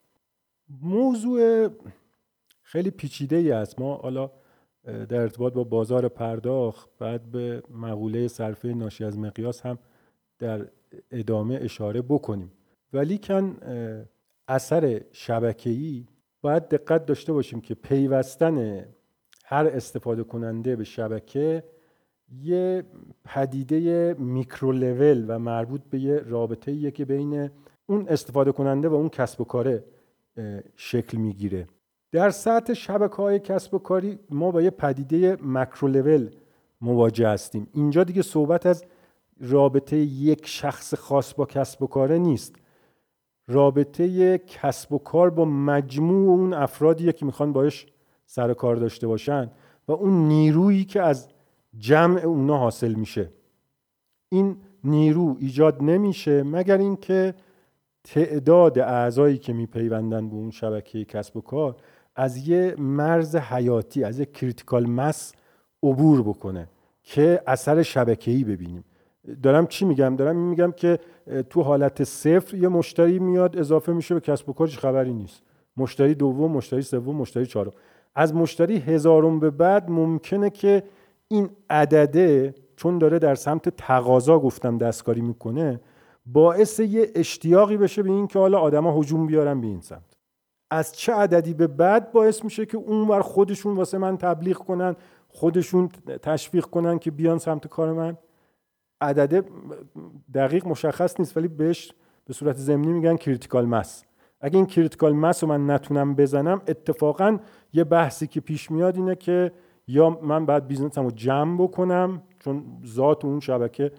موضوع خیلی پیچیده‌ای است. ما حالا در ارتباط با بازار پرداخت بعد به مقوله صرفه ناشی از مقیاس هم در ادامه اشاره بکنیم. ولی کن اثر شبکه‌ای باید دقت داشته باشیم که پیوستن هر استفاده کننده به شبکه یه پدیده میکرو لول و مربوط به یه رابطه‌ایه که بین اون استفاده کننده و اون کسب و کاره شکل میگیره. در سطح شبکه‌های کسب و کاری ما با یه پدیده ماکرو لول مواجه هستیم. اینجا دیگه صحبت از رابطه یک شخص خاص با کسب و کاره نیست. رابطه کسب و کار با مجموع اون افرادیه که میخوان باش سر کار داشته باشن و اون نیرویی که از جمع اونا حاصل میشه. این نیرو ایجاد نمیشه مگر اینکه تعداد اعضایی که میپیوندن به اون شبکه کسب و کار از یه مرز حیاتی، از یه کریتیکال مس عبور بکنه که اثر شبکه‌ای ببینیم. دارم چی میگم؟ دارم میگم که تو حالت صفر یه مشتری میاد اضافه میشه به کسب و کارش، خبری نیست. مشتری دوم، مشتری سوم، مشتری چهارم. از مشتری هزارم به بعد ممکنه که این عدده چون داره در سمت تقاضا گفتم دستکاری میکنه، باعث یه اشتیاقی بشه به این که حالا آدما هجوم بیارن به این سمت. از چه عددی به بعد باعث میشه که اونور خودشون واسه من تبلیغ کنن، خودشون تشویق کنن که بیان سمت کار من؟ عدد دقیق مشخص نیست ولی بهش به صورت ضمنی میگن کریتیکال مس. اگه این کریتیکال مس رو من نتونم بزنم، اتفاقا یه بحثی که پیش میاد اینه که یا من باید بیزنسمو جمع بکنم چون ذات اون شبکه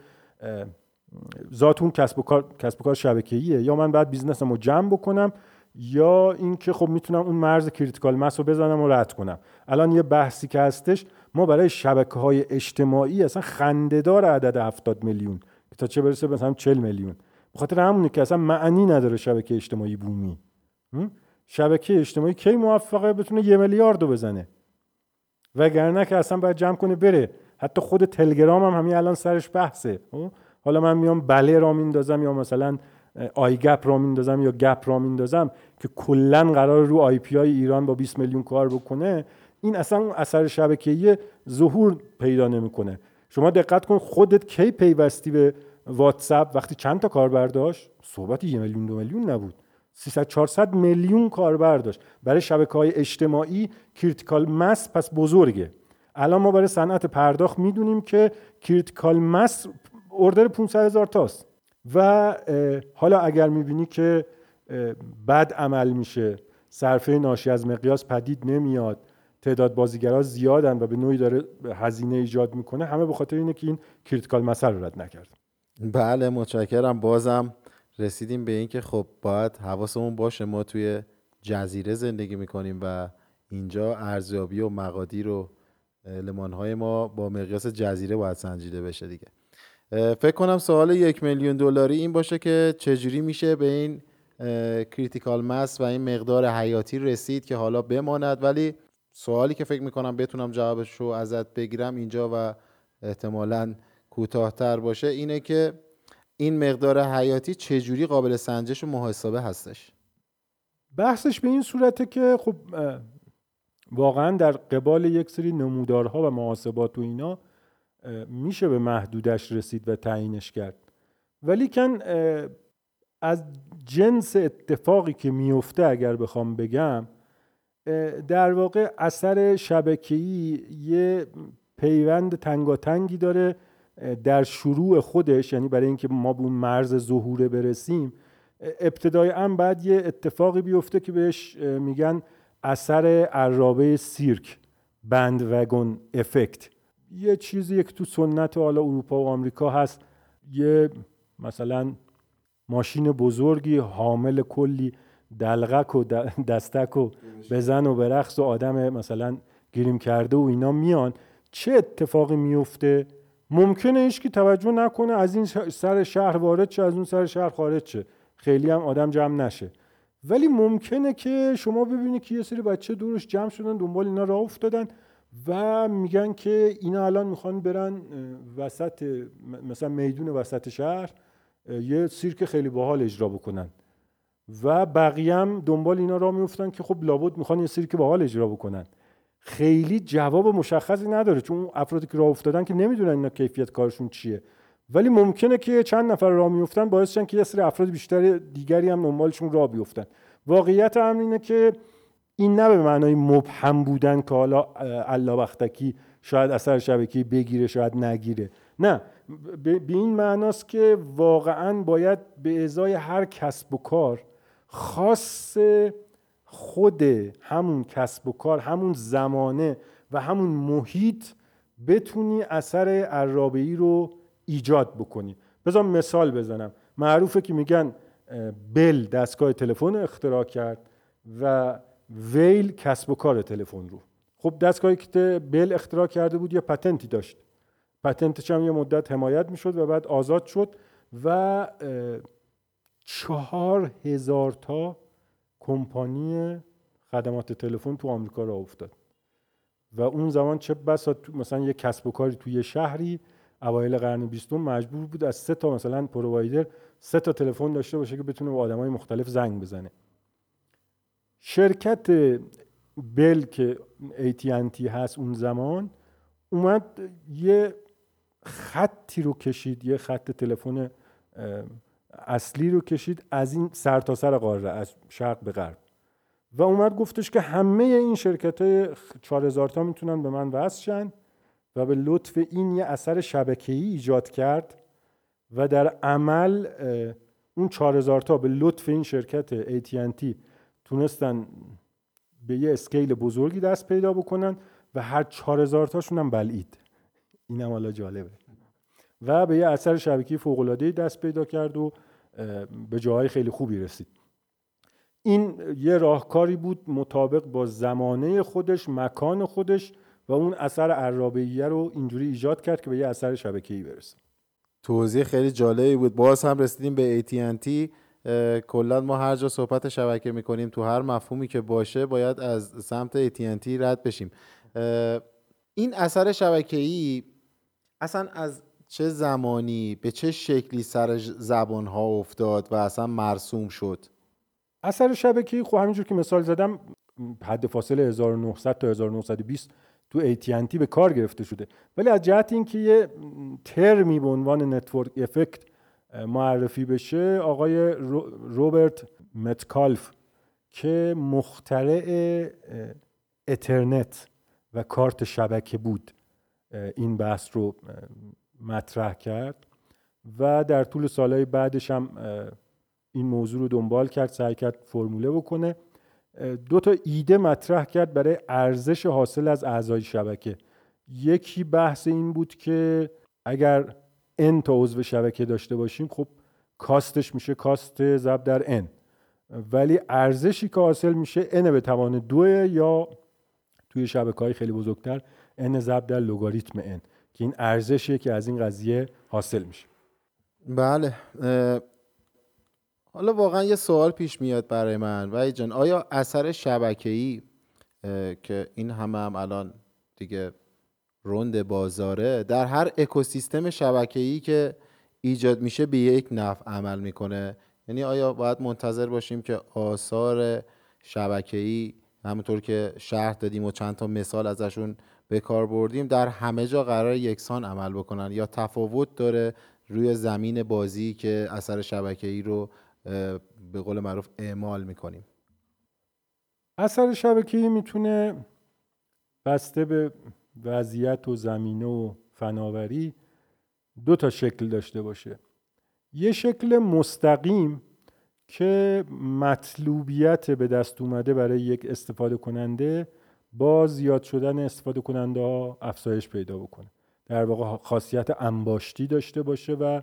ذات اون کسب و کار کسب و کار شبکه‌ایه، یا من باید بیزنسمو جمع بکنم، یا اینکه خب میتونم اون مرز کریتیکال مس رو بزنم و رد کنم. الان یه بحثی که هستش، ما برای شبکه‌های اجتماعی اصلا خنده‌دار عدد هفتاد میلیون تا چه برسه مثلا چهل میلیون. به خاطر همونه که اصلا معنی نداره شبکه اجتماعی بومی. شبکه اجتماعی کی موفقه بتونه یه میلیارد رو بزنه؟ وگرنه که اصلا باید جمع کنه بره. حتی خود تلگرام هم همین الان سرش بحثه. حالا من میام بله را میندازم یا مثلا آی گپ را میندازم یا گپ را میندازم که کلا قرار رو آی پی آی ایران با بیست میلیون کار بکنه، این اصلا اثر شبکه‌ای ظهور پیدا نمیکنه. شما دقت کن خودت کی پیوستی به واتساپ وقتی چند تا کاربر داشت؟ صحبت یه میلیون دو میلیون نبود، سیصد چهارصد میلیون کاربر داشت. برای شبکه‌های اجتماعی کریتیکال مس پس بزرگه. الان ما برای صنعت پرداخت میدونیم که کریتیکال مس اوردر پانصد هزار تاست و حالا اگر میبینی که بد عمل میشه، صرفه ناشی از مقیاس پدید نمیاد، تعداد بازیگرا زیادن و به نوعی داره هزینه ایجاد میکنه، همه به خاطر اینه که این کریتیکال مس رو رد نکرد. بله متشکرم. بازم رسیدیم به این که خب باید حواسمون باشه ما توی جزیره زندگی میکنیم و اینجا ارزیابی و مقادیر و المانهای ما با مقیاس جزیره باید سنجیده بشه دیگه. فکر کنم سوال یک میلیون دلاری این باشه که چجوری میشه به این کریتیکال مس و این مقدار حیاتی رسید که حالا بماند، ولی سوالی که فکر میکنم بتونم جوابش رو ازت بگیرم اینجا و احتمالاً کوتاه‌تر باشه اینه که این مقدار حیاتی چجوری قابل سنجش و محاسبه هستش؟ بحثش به این صورته که خب واقعا در قبال یک سری نمودارها و محاسبات و اینا میشه به محدودش رسید و تعیینش کرد. ولی کن از جنس اتفاقی که میفته اگر بخوام بگم، در واقع اثر شبکه‌ای یه پیوند تنگاتنگی داره در شروع خودش، یعنی برای اینکه ما به اون مرز ظهور برسیم ابتدایاً بعد یه اتفاقی بیفته که بهش میگن اثر عرابه سیرک، بند وگون افکت. یه چیزی که تو سنت حالا اروپا و آمریکا هست، یه مثلا ماشین بزرگی حامل کلی دلغک و دستک و بزن و برقص و آدم مثلا گریم کرده و اینا میان، چه اتفاقی میفته؟ ممکنه هیچ کی توجه نکنه، از این سر شهر وارد شه، از اون سر شهر خارج شه، خیلی هم آدم جمع نشه. ولی ممکنه که شما ببینید که یه سری بچه دورش جمع شدن دنبال اینا راه افتادن و میگن که اینا الان میخوان برن وسط مثلا میدون وسط شهر یه سیرک خیلی باحال اجرا بکنن و بقیه هم دنبال اینا راه میافتن که خب لابد میخوان یه سیرک باحال اجرا بکنن. خیلی جواب مشخصی نداره، چون افرادی که راه افتادن که نمیدونن اینا کیفیت کارشون چیه. ولی ممکنه که چند نفر راه میافتن باعث شن که یه سری افراد بیشتر دیگری هم دنبالشون راه بیفتن. واقعیت هم اینه که این نه به معنای مبهم بودن که حالا الله بختکی شاید اثر شبکه‌ای بگیره شاید نگیره، نه، به این معناست که واقعاً باید به ازای هر کسب و کار خاص خود همون کسب و کار، همون زمانه و همون محیط بتونی اثر عرابه‌ای رو ایجاد بکنی. بذار مثال بزنم. معروفه که میگن بل دستگاه تلفن اختراع کرد و ویل کسب و کار تلفن رو. خب دستگاهی که بل اختراع کرده بود یه پتنتی داشت، پتنتش هم یه مدت حمایت میشد و بعد آزاد شد و چهار هزار تا کمپانی خدمات تلفن تو آمریکا راه افتاد و اون زمان چه بسا مثلا یه کسب و کاری توی شهری اوایل قرن بیستم مجبور بود از سه تا مثلا پرووایدر سه تا تلفن داشته باشه که بتونه با آدمای مختلف زنگ بزنه. شرکت بل که ای تی ان تی هست اون زمان اومد یه خطی رو کشید، یه خط تلفن اصلی رو کشید از این سر تا سر قاره، از شرق به غرب، و اومد گفتش که همه این شرکت‌های چهار هزار تا میتونن به من وصل شن و به لطف این یه اثر شبکه‌ای ایجاد کرد و در عمل اون چهار هزار تا به لطف این شرکت ای تی ان تی تونستن به یه اسکیل بزرگی دست پیدا بکنن و هر چهار هزار تاشون هم بلعید. اینم حالا جالبه. و به یه اثر شبکه‌ای فوق‌العاده‌ای دست پیدا کرد و به جاهای خیلی خوبی رسید. این یه راهکاری بود مطابق با زمانه خودش، مکان خودش و اون اثر عرابه‌ای رو اینجوری ایجاد کرد که به یه اثر شبکه‌ای برسه. توضیح خیلی جالبی بود. باز هم رسیدیم به ای تی ان تی. کلا ما هر جا صحبت شبکه میکنیم تو هر مفهومی که باشه باید از سمت ای تی ان تی رد بشیم. این اثر شبکه‌ای اصلا از چه زمانی به چه شکلی سر زبان‌ها افتاد و اصلا مرسوم شد؟ اثر شبکه‌ای خب همینجور که مثال زدم حد فاصله هزار و نهصد تا هزار و نهصد و بیست تو ای تی ان تی به کار گرفته شده، ولی از جهت اینکه یه ترمی به عنوان نتورک افکت معرفی بشه، آقای روبرت متکالف که مخترع اترنت و کارت شبکه بود این بحث رو مطرح کرد و در طول سالهای بعدش هم این موضوع رو دنبال کرد، سعی کرد فرموله بکنه. دو تا ایده مطرح کرد برای ارزش حاصل از اعضای شبکه. یکی بحث این بود که اگر n تا عضو شبکه داشته باشیم خب کاستش میشه کاست ضرب در n، ولی ارزشی که حاصل میشه n به توان دو یا توی شبکه‌های خیلی بزرگتر n ضرب در لگاریتم n که این ارزشیه که از این قضیه حاصل میشه. بله. حالا واقعا یه سوال پیش میاد برای من وحید جان، آیا اثر شبکه‌ای که این همه هم الان دیگه روند بازاره در هر اکوسیستم شبکه‌ای که ایجاد میشه به یک نفع عمل میکنه؟ یعنی آیا باید منتظر باشیم که آثار شبکه‌ای همونطور که شرح دادیم و چند تا مثال ازشون به کار بردیم در همه جا قرار یکسان عمل بکنن یا تفاوت داره روی زمین بازی که اثر شبکه‌ای رو به قول معروف اعمال میکنیم؟ اثر شبکه‌ای میتونه بسته به وضعیت و زمینه و فناوری دو تا شکل داشته باشه. یه شکل مستقیم که مطلوبیت به دست اومده برای یک استفاده کننده با زیاد شدن استفاده کننده ها افزایش پیدا بکنه، در واقع خاصیت انباشتی داشته باشه و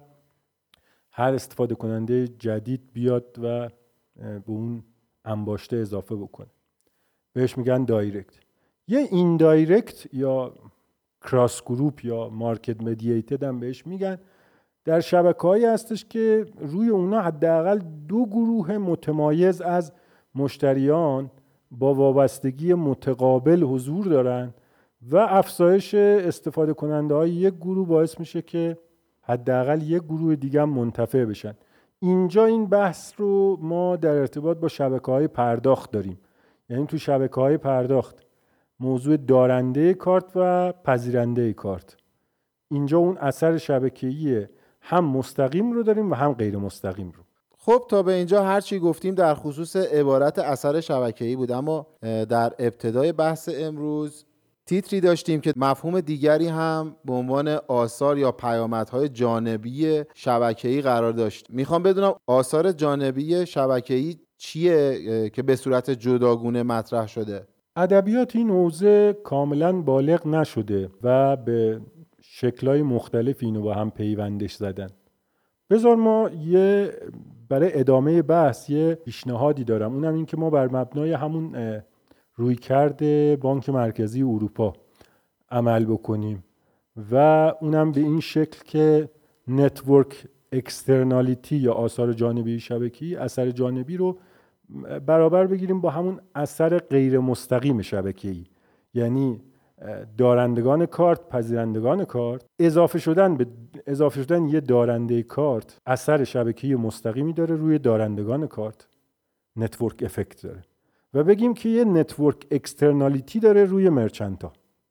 هر استفاده کننده جدید بیاد و به اون انباشته اضافه بکنه. بهش میگن دایرکت. یه این دایرکت یا کراس گروپ یا مارکت مدییتد هم بهش میگن. در شبکه‌هایی هستش که روی اونا حداقل دو گروه متمایز از مشتریان با وابستگی متقابل حضور دارن و افزایش استفاده کننده های یک گروه باعث میشه که حداقل یک گروه دیگه هم منتفع بشن. اینجا این بحث رو ما در ارتباط با شبکه‌های پرداخت داریم. یعنی تو شبکه‌های پرداخت موضوع دارنده کارت و پذیرنده کارت. اینجا اون اثر شبکه‌ای هم مستقیم رو داریم و هم غیر مستقیم رو. خب تا به اینجا هر چی گفتیم در خصوص عبارت اثر شبکه‌ای بود، اما در ابتدای بحث امروز تیتری داشتیم که مفهوم دیگری هم به عنوان آثار یا پیامدهای جانبی شبکه‌ای قرار داشت. میخوام بدونم آثار جانبی شبکه‌ای چیه که به صورت جداگونه مطرح شده؟ ادبیات این حوزه کاملا بالغ نشده و به شکل‌های مختلف اینو با هم پیوندش زدن. بذار ما یه برای ادامه بحث یه پیشنهادی دارم، اونم این که ما بر مبنای همون رویکرد بانک مرکزی اروپا عمل بکنیم و اونم به این شکل که نتورک اکسترنالیتی یا آثار جانبی شبکه‌ای، اثر جانبی رو برابر بگیریم با همون اثر غیر مستقیم شبکه‌ای، یعنی دارندگان کارت، پذیرندگان کارت، اضافه شدن به اضافه شدن یه دارنده کارت اثر شبکه‌ای مستقیمی داره روی دارندگان کارت، نتورک افکت داره، و بگیم که یه نتورک اکسترنالیتی داره روی مرچنتا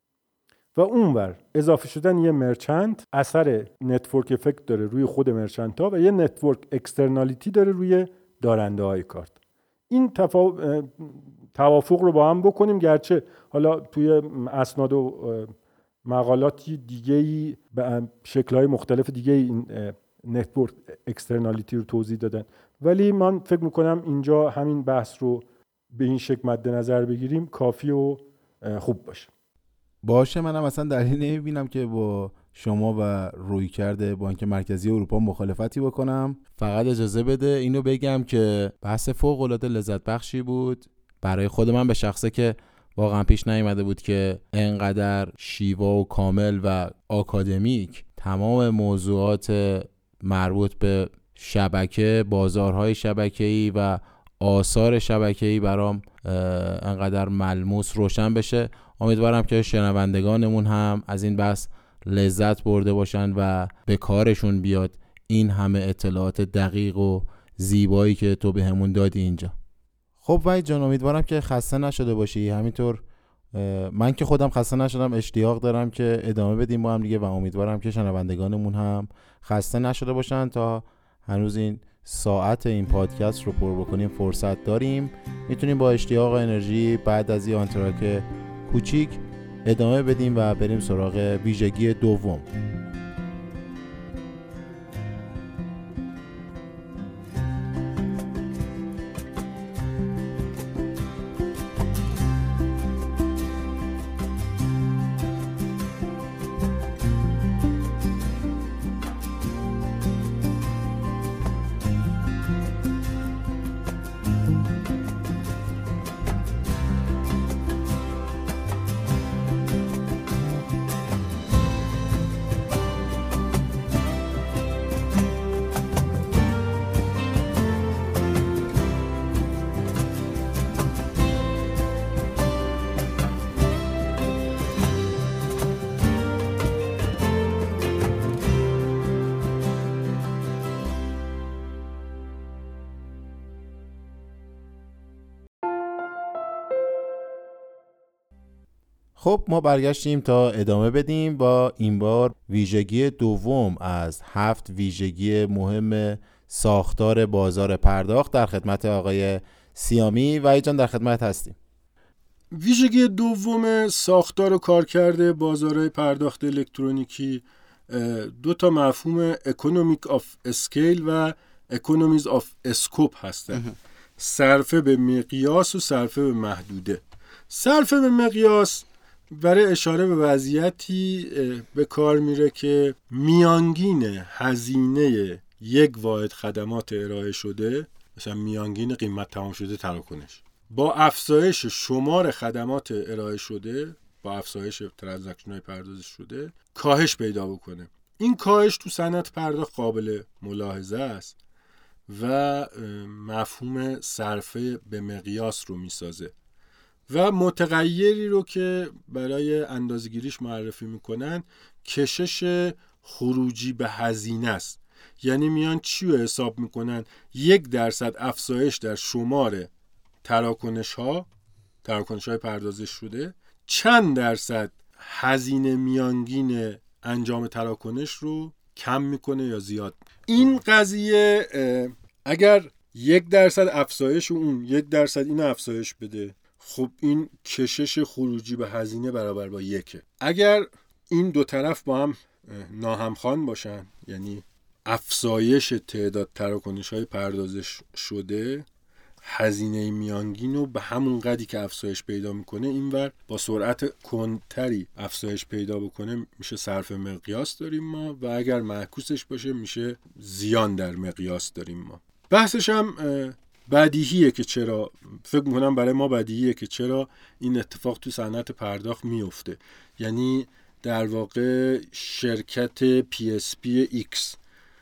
و اونور اضافه شدن یه مرچنت اثر نتورک افکت داره روی خود مرچنتا و یه نتورک اکسترنالیتی داره روی دارنده های کارت. این تفا... توافق رو با هم بکنیم، گرچه حالا توی اسناد و مقالاتی دیگه‌ای به شکل‌های مختلف دیگه این نتورک اکسترنالیتی رو توضیح دادن، ولی من فکر میکنم اینجا همین بحث رو به این شکل مد نظر بگیریم کافی و خوب باشه. باشه، منم اصلا دلیل نمیبینم که با شما و رویکرد بانک مرکزی اروپا مخالفتی بکنم. فقط اجازه بده اینو بگم که بحث فوق‌العاده لذت بخشی بود برای خود من به شخصه که واقعا پیش نیامده بود که انقدر شیوا و کامل و آکادمیک تمام موضوعات مربوط به شبکه، بازارهای شبکه‌ای و آثار شبکه‌ای برام انقدر ملموس روشن بشه. امیدوارم که شنوندگانمون هم از این بحث لذت برده باشن و به کارشون بیاد این همه اطلاعات دقیق و زیبایی که تو بهمون دادی اینجا. خب وحید جان، امیدوارم که خسته نشده باشی. همینطور من که خودم خسته نشدم، اشتیاق دارم که ادامه بدیم با هم دیگه و امیدوارم که شنوندگانمون هم خسته نشده باشن. تا هنوز این ساعت این پادکست رو پر بکنیم فرصت داریم، میتونیم با اشتیاق و انرژی بعد از این آنتراک کوچیک ادامه بدیم و بریم سراغ ویژگی دوم. خب ما برگشتیم تا ادامه بدیم با این بار ویژگی دوم از هفت ویژگی مهم ساختار بازار پرداخت در خدمت آقای سیامی. وحید جان در خدمت هستیم. ویژگی دوم ساختار و کارکرد بازار پرداخت الکترونیکی دو تا مفهوم economic of scale و economies of scope هستن. صرفه به مقیاس و صرفه به محدوده. صرفه به مقیاس برای اشاره به وضعیتی به کار میره که میانگین هزینه یک واحد خدمات ارائه شده، مثلا میانگین قیمت تمام شده تراکنش، با افزایش شمار خدمات ارائه شده، با افزایش ترانزکشن های پردازش شده کاهش پیدا بکنه. این کاهش تو صنعت پرداخت قابل ملاحظه است و مفهوم صرفه به مقیاس رو میسازه و متغیری رو که برای اندازه‌گیریش معرفی میکنن کشش خروجی به هزینه است. یعنی میان چی رو حساب میکنن؟ یک درصد افزایش در شمار تراکنش ها تراکنش های پردازش شده چند درصد هزینه میانگین انجام تراکنش رو کم میکنه یا زیاد. این قضیه اگر یک درصد افزایش اون یک درصد اینو افزایش بده، خب این کشش خروجی به هزینه برابر با یکه. اگر این دو طرف با هم ناهمخوان باشن، یعنی افزایش تعداد تراکنش های پردازش شده هزینه میانگین رو به همون قدری که افزایش پیدا میکنه اینور با سرعت کندتری افزایش پیدا بکنه، میشه صرفه مقیاس داریم ما، و اگر معکوسش باشه میشه زیان در مقیاس داریم ما. بحثش هم بدیهیه که چرا، فکر میکنم برای ما بدیهیه که چرا این اتفاق تو صنعت پرداخت میفته. یعنی در واقع شرکت پی اس پی ایکس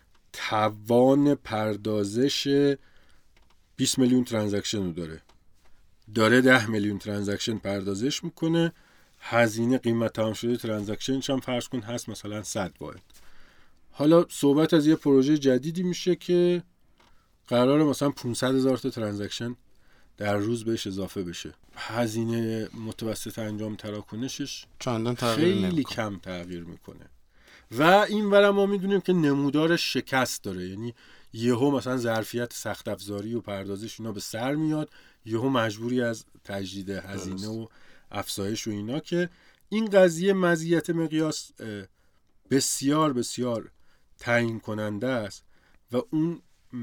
توان پردازش بیست میلیون ترانزکشن رو داره داره ده میلیون ترانزکشن پردازش میکنه، هزینه قیمت تمام شده ترانزکشنش هم فرض کن هست مثلا صد واحد. حالا صحبت از یه پروژه جدیدی میشه که قراره مثلا پانصد هزار تا ترانزکشن در روز بهش اضافه بشه، هزینه متوسط انجام تراکنشش چندان تغییر خیلی نمیکنه. کم تغییر میکنه. و این ورم ما میدونیم که نمودار شکست داره، یعنی یهو مثلا ظرفیت سخت افزاری و پردازش اینا به سر میاد، یهو مجبوری از تجدید هزینه و افزایش و اینا، که این قضیه مزیت مقیاس بسیار بسیار تعیین کننده است و اون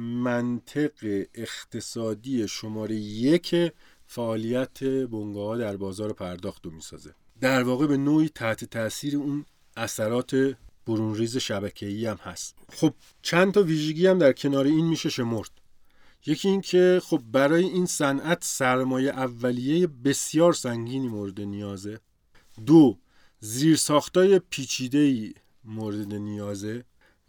منطق اقتصادی شماره یک فعالیت بنگاه‌ها در بازار پرداخت رو میسازه. در واقع به نوعی تحت تاثیر اون اثرات برونریز شبکه‌ای هم هست. خب چند تا ویژگی هم در کنار این میشه شمرد. یکی این که خب برای این صنعت سرمایه اولیه بسیار سنگینی مورد نیازه. دو، زیرساختای پیچیده‌ای مورد نیازه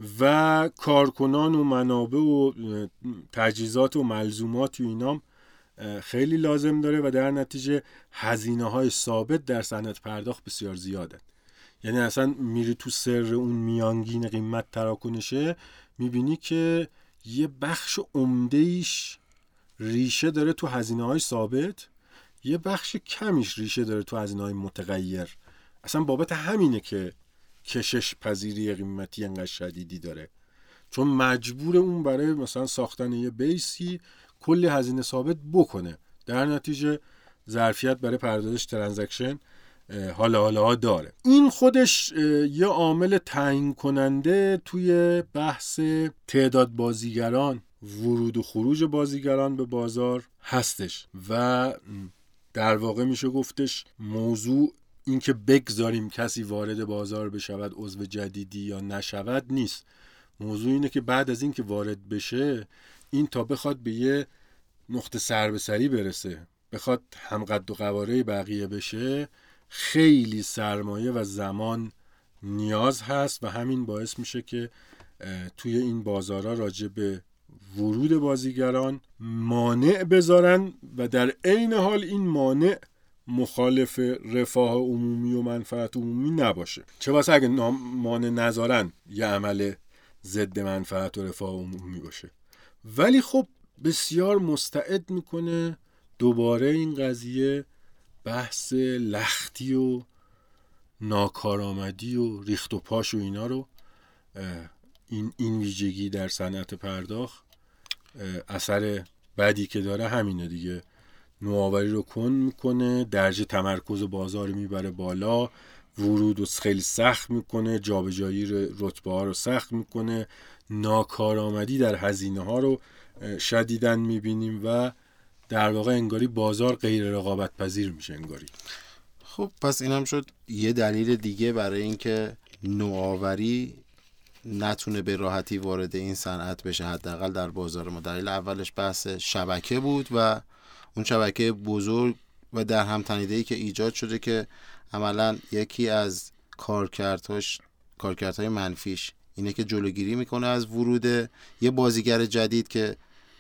و کارکنان و منابع و تجهیزات و ملزومات و اینام خیلی لازم داره و در نتیجه هزینه‌های ثابت در صنعت پرداخت بسیار زیاده. یعنی اصلا میری تو سر اون میانگین قیمت تراکنشه میبینی که یه بخش عمده‌ایش ریشه داره تو هزینه‌های ثابت، یه بخش کمیش ریشه داره تو هزینه‌های متغیر. اصلا بابت همینه که کشش پذیری قیمتی انقدر شدیدی داره، چون مجبور اون برای مثلا ساختن یه بیسی کلی هزینه ثابت بکنه، در نتیجه ظرفیت برای پردازش ترانزکشن حالا حالا ها داره. این خودش یه عامل تعیین کننده توی بحث تعداد بازیگران، ورود و خروج بازیگران به بازار هستش و در واقع میشه گفتش موضوع این که بگذاریم کسی وارد بازار بشود عضو جدیدی یا نشود نیست. موضوع اینه که بعد از این که وارد بشه این تا بخواد به یه نقطه سر به سری برسه، بخواد همقد و قواره بقیه بشه، خیلی سرمایه و زمان نیاز هست و همین باعث میشه که توی این بازارها راجع به ورود بازیگران مانع بذارن و در عین حال این مانع مخالف رفاه عمومی و منفعت عمومی نباشه. چه واسه اگه مانع نذارن یه عمل ضد منفعت و رفاه عمومی باشه. ولی خب بسیار مستعد میکنه دوباره این قضیه بحث لختی و ناکارآمدی و ریخت و پاش و اینا رو این این ویژگی در صنعت پرداخت اثر بدی که داره همینه دیگه. نوآوری رو کند میکنه، درجه تمرکز بازار میبره بالا، ورود رو خیلی سخت میکنه، جابجایی رتبه ها رو سخت میکنه، ناکارآمدی در هزینه ها رو شدیداً میبینیم و در واقع انگاری بازار غیر رقابت پذیر میشه انگاری. خب پس این هم شد یه دلیل دیگه برای اینکه نوآوری نتونه به راحتی وارد این صنعت بشه، حداقل در بازار ما. دلیل اولش بحث شبکه بود و اون شبکه بزرگ و در هم تنیده‌ای که ایجاد شده که عملاً یکی از کارکردهاش کارکردهای منفیش اینه که جلوگیری میکنه از ورود یه بازیگر جدید که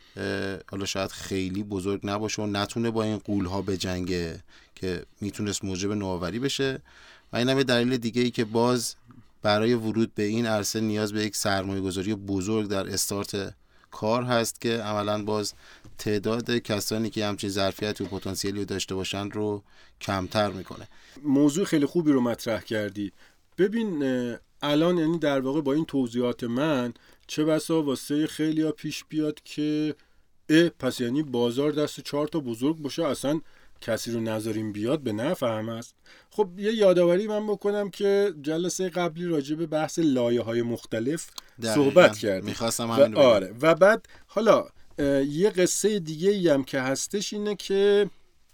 حالا شاید خیلی بزرگ نباشه و نتونه با این غول‌ها بجنگه که میتونست موجب نوآوری بشه. و این هم یه دلیل دیگه ای که باز برای ورود به این عرصه نیاز به یک سرمایه‌گذاری بزرگ در استارت کار هست که عملاً باز تعداد کسانی که همچین ظرفیت و پتانسیلی رو داشته باشن رو کمتر میکنه. موضوع خیلی خوبی رو مطرح کردی. ببین الان یعنی در واقع با این توضیحات من چه بسا واسه خیلی ها پیش بیاد که اه پس یعنی بازار دست چهار تا بزرگ باشه اصلا کسی رو نذاریم بیاد به نفع هم است. خب یه یادآوری من بکنم که جلسه قبلی راجع به بحث لایه‌های مختلف صحبت کردیم. می‌خواستم همین رو آره. و بعد حالا یه قصه دیگه ای هم که هستش اینه که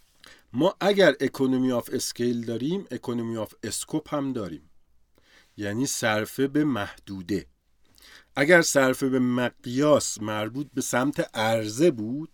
ما اگر اکونومی آف اسکیل داریم، اکونومی آف اسکوپ هم داریم، یعنی صرفه به محدوده. اگر صرفه به مقیاس مربوط به سمت عرضه بود،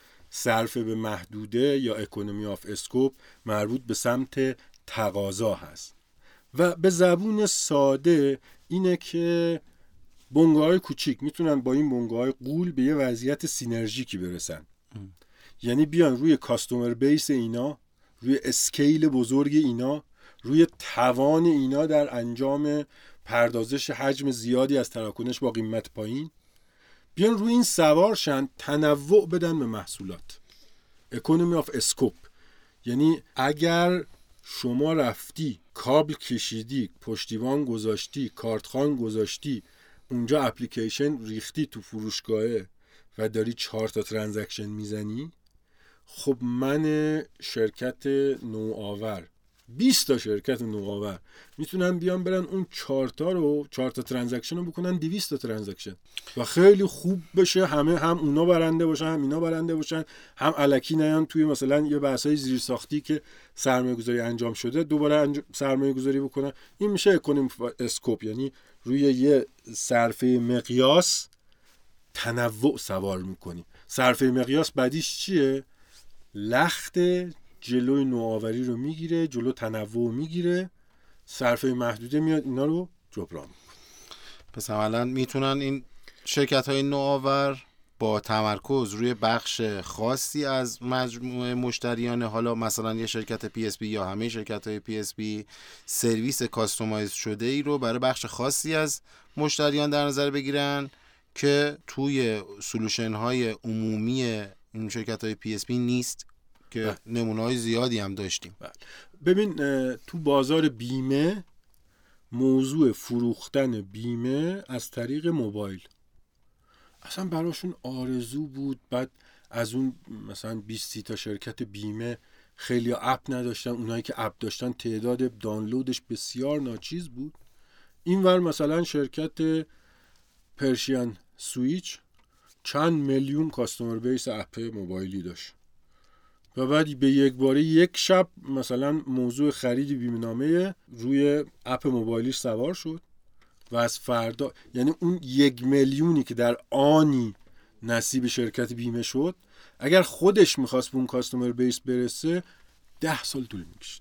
صرفه به محدوده یا اکونومی آف اسکوپ مربوط به سمت تقاضا هست. و به زبون ساده اینه که بنگاه‌های کوچیک میتونن با این بنگاه‌های غول به یه وضعیت سینرژیکی برسن. ام. یعنی بیان روی کاستومر بیس اینا، روی اسکیل بزرگ اینا، روی توان اینا در انجام پردازش حجم زیادی از تراکنش با قیمت پایین، بیان روی این سوارشن، تنوع بدن به محصولات. اکونومی آف اسکوپ یعنی اگر شما رفتی کابل کشیدی، پشتیبان گذاشتی، کارتخوان گذاشتی، اونجا اپلیکیشن ریختی تو فروشگاهه و داری چهار تا ترانزکشن میزنی، خب من شرکت نوآور، بیست تا شرکت نوآور میتونن بیان برن اون چهار تا رو، چهار تا ترانزکشن رو بکنن دویست تا ترانزکشن و خیلی خوب بشه، همه هم اونا برنده باشن هم اینا برنده باشن، هم الکی نیان توی مثلا یه بحثای زیر ساختی که سرمایه گذاری انجام شده دوباره انج... سرمایه گذاری بکنن. این میشه اکونومی اسکوپ، یعنی روی یه صرفه مقیاس تنوع سوار میکنی. صرفه مقیاس بعدیش چیه؟ لخت جلوی نوآوری رو میگیره، جلو تنوع میگیره، صرفه محدوده میاد اینا رو جبران میکنه. پس عملاً میتونن این شرکت های نوآور با تمرکز روی بخش خاصی از مجموعه مشتریان، حالا مثلا یه شرکت پی اس بی یا همه شرکت های پی اس بی، سرویس کاستومایز شده ای رو برای بخش خاصی از مشتریان در نظر بگیرن که توی سولوشن های عمومی این شرکت های پی اس بی نیست که نمونه های زیادی هم داشتیم. ببین تو بازار بیمه موضوع فروختن بیمه از طریق موبایل اصلا براشون آرزو بود. بعد از اون مثلا بیست تا شرکت بیمه خیلی اپ نداشتن، اونایی که اپ داشتن تعداد دانلودش بسیار ناچیز بود. اینور مثلا شرکت پرشین سویچ چند میلیون کاستومر بیس اپ موبایلی داشت و بعد به یک باره یک شب مثلا موضوع خرید بیمه‌نامه روی اپ موبایلیش سوار شد و از فردا، یعنی اون یک میلیونی که در آنی نصیب شرکت بیمه شد، اگر خودش میخواست به اون کاستومر بیس برسه ده سال طول میکشید.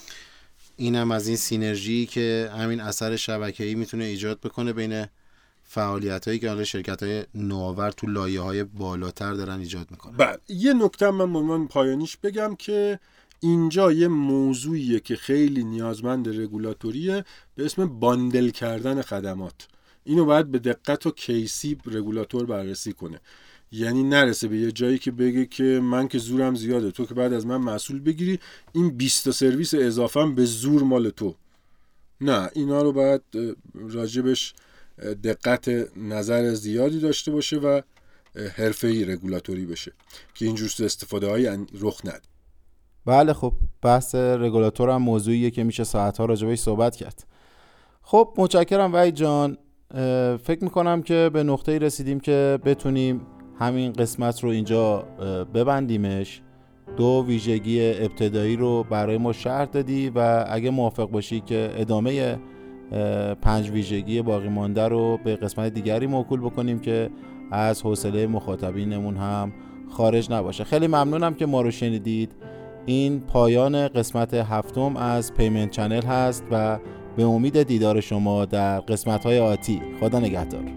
اینم از این سینرژی که همین اثر شبکه‌ای میتونه ایجاد بکنه بین فعالیتایی که حالا شرکت‌های نوآور تو لایه‌های بالاتر دارن ایجاد میکنن. بله، یه نکته من به عنوان پایانیش بگم که اینجا یه موضوعیه که خیلی نیازمند رگولاتوریه به اسم باندل کردن خدمات. اینو باید به دقت و کیسی رگولاتور بررسی کنه، یعنی نرسه به یه جایی که بگه که من که زورم زیاده، تو که بعد از من محصول بگیری این بیست تا سرویس اضافه‌ام به زور مال تو. نه، اینا رو باید راجبش دقت نظر زیادی داشته باشه و حرفه‌ای رگولاتوری بشه که اینجور استفاده های رخ نده. بله خب بحث رگولاتور هم موضوعیه که میشه ساعتها راجبش صحبت کرد. خب متشکرم وحید جان. فکر میکنم که به نقطه‌ای رسیدیم که بتونیم همین قسمت رو اینجا ببندیمش. دو ویژگی ابتدایی رو برای ما شرح دادی و اگه موافق باشی که ادامه پنج ویژگی باقی مانده رو به قسمت دیگری موکول بکنیم که از حوصله مخاطبینمون هم خارج نباشه. خیلی ممنونم که ما رو شنیدید. این پایان قسمت هفتم از پیمنت چنل هست و به امید دیدار شما در قسمت‌های آتی. خدا نگهدار.